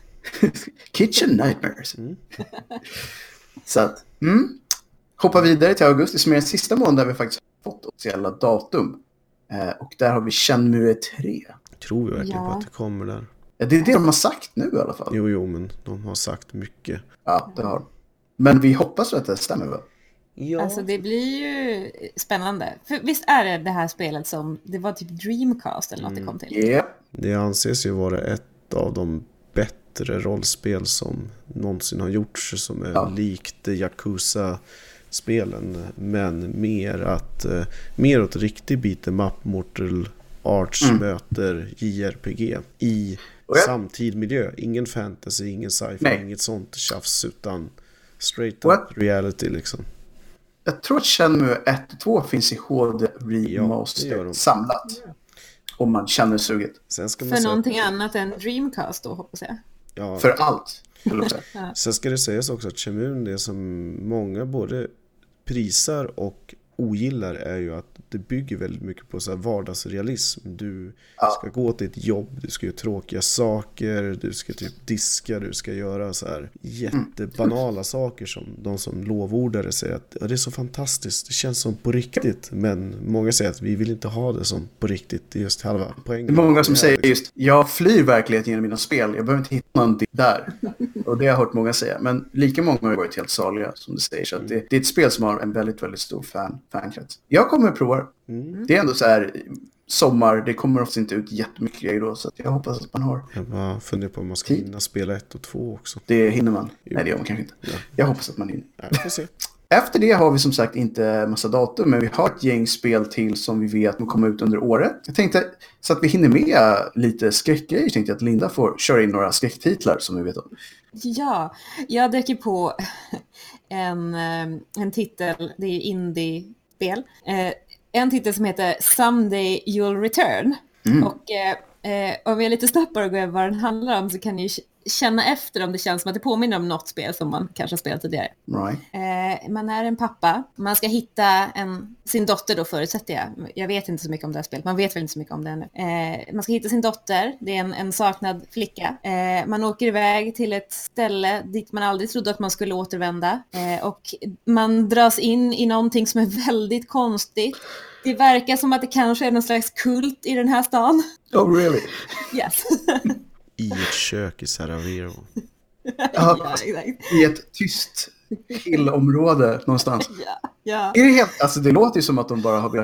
Kitchen Nightmares. Mm. Så att, mm. Hoppa vidare till augusti som är den sista månaden där vi faktiskt har fått officiella datum. Eh, och där har vi Shenmue tre. Tror vi verkligen Ja. på att det kommer där? Ja, det är det de har sagt nu i alla fall. Jo, jo, men de har sagt mycket. Ja, det har de. Men vi hoppas att det stämmer väl? Ja. Alltså det blir ju spännande. För visst är det det här spelet som, det var typ Dreamcast eller något det kom till. Yeah. Det anses ju vara ett av de bättre rollspel som någonsin har gjorts, som är Ja. likt Yakuza-spelen, men mer att eh, mer åt riktig beat'em up, Mortal Arts Mm. möter J R P G i Och jag- samtidmiljö. Ingen fantasy, ingen sci-fi, Nej. inget sånt tjafs, utan straight What? up reality liksom. Jag tror att Shenmue ett och två finns i H D Ja, det gör remaster de. samlat. Om man känner suget. Sen ska man För säga, någonting annat än Dreamcast då, hoppas jag. ja, För allt. skulle jag säga. sen ska det sägas också att Shenmue, det som många både prisar och ogillar, är ju att det bygger väldigt mycket på så här vardagsrealism. Du Ja. ska gå till ett jobb, du ska göra tråkiga saker, du ska typ diska, du ska göra så här jättebanala saker som de som lovordare säger att ja, det är så fantastiskt, det känns som på riktigt, men många säger att vi vill inte ha det som på riktigt, det är just halva Det poängen. är många som Ja, säger liksom. just, jag flyr verkligheten genom mina spel. Jag behöver inte hitta någonting där. Och det har jag hört många säga. Men lika många har varit helt saliga, som du säger. Så att det, det är ett spel som har en väldigt, väldigt stor fan, fankrets. Jag kommer att prova det. Mm. Det är ändå så här, sommar, det kommer ofta inte ut jättemycket grejer då. Så att jag hoppas att man har. Jag bara funderar på om man ska Tid. hinna spela ett och två också. Det hinner man. Nej, det gör man kanske inte. Ja. Jag hoppas att man hinner. Ja, vi får se. Efter det har vi som sagt inte massa datum, men vi har ett gäng spel till som vi vet kommer komma ut under året. Jag tänkte, så att vi hinner med lite skräckgrejer, tänkte jag att Linda får köra in några skräcktitlar som vi vet om. Ja, jag dök ju på en, eh, en titel, det är ju indie-spel. Eh, en titel som heter Someday You'll Return. Mm. Och eh, eh, om jag är lite snabb och går över vad den handlar om så kan ni ju känna efter om det känns som att det påminner om något spel som man kanske har spelat tidigare. Right. Eh, man är en pappa. Man ska hitta en, sin dotter då, förutsätter jag. Jag vet inte så mycket om det här spelet. Man vet väl inte så mycket om det ännu. Eh, man ska hitta sin dotter. Det är en, en saknad flicka. Eh, man åker iväg till ett ställe dit man aldrig trodde att man skulle återvända. Eh, och man dras in i någonting som är väldigt konstigt. Det verkar som att det kanske är någon slags kult i den här stan. Oh really? Yes. I ett kök i Sarajevo. Ja, Ja, exakt. i ett tyst hillområde någonstans. Ja, ja. Är det helt, alltså det låter ju som att de bara har velat göra ett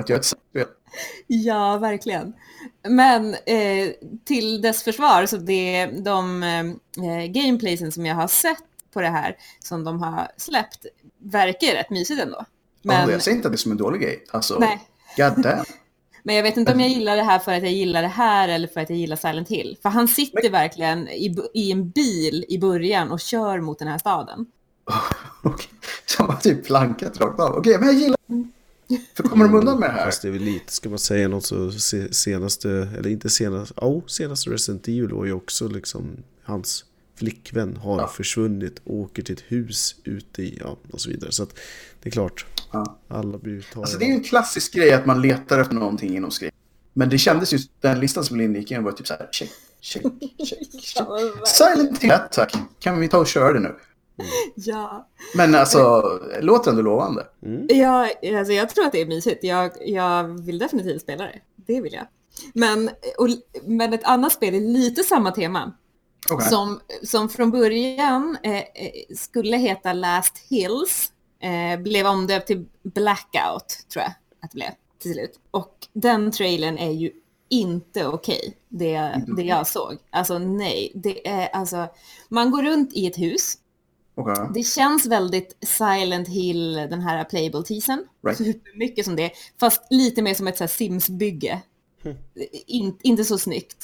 Ja, verkligen. Men eh, till dess försvar, så det, de eh, gameplaysen som jag har sett på det här, som de har släppt, verkar rätt mysigt ändå. Men, ja, jag säger inte att det är som en dålig grej. Alltså, nej. God damn. Men jag vet inte om jag gillar det här för att jag gillar det här eller för att jag gillar Silent Hill. För han sitter men... verkligen i, i en bil i början och kör mot den här staden. Okej, okay. Så man typ plankat rakt av. Okej, okay, men jag gillar mm. För kommer de undan med det här? Fast det är väl lite, ska man säga något så senaste, eller inte senaste, ja, oh, senaste Resident Evil var ju också liksom hans flickvän har ja. försvunnit och åker till ett hus ute i, ja, och så vidare. Så att det är klart, ja. alla blir taget. Alltså det är ju en klassisk grej att man letar efter någonting inom skriv. Men det kändes just, den listan som Linda gick in var typ så här, check, check, check, check. Silent Hill, tack. Kan vi ta och köra det nu? Mm. Ja. Men alltså, låter ändå lovande. Mm. Ja, alltså jag tror att det är mysigt. Jag, jag vill definitivt spela det. Det vill jag. Men, och, men ett annat spel är lite samma tema. Okay. Som, som från början eh, skulle heta Last Hills. Eh, blev omdöpt till Blackout, tror jag att det blev till slut. Och den trailern är ju inte okej, okay, det, mm. det jag såg. Alltså nej, det är alltså, man går runt i ett hus. Okay. Det känns väldigt Silent Hill, den här playable-teasern. Right. Supermycket som det, fast lite mer som ett så här Sims-bygge. Mm. In, inte så snyggt.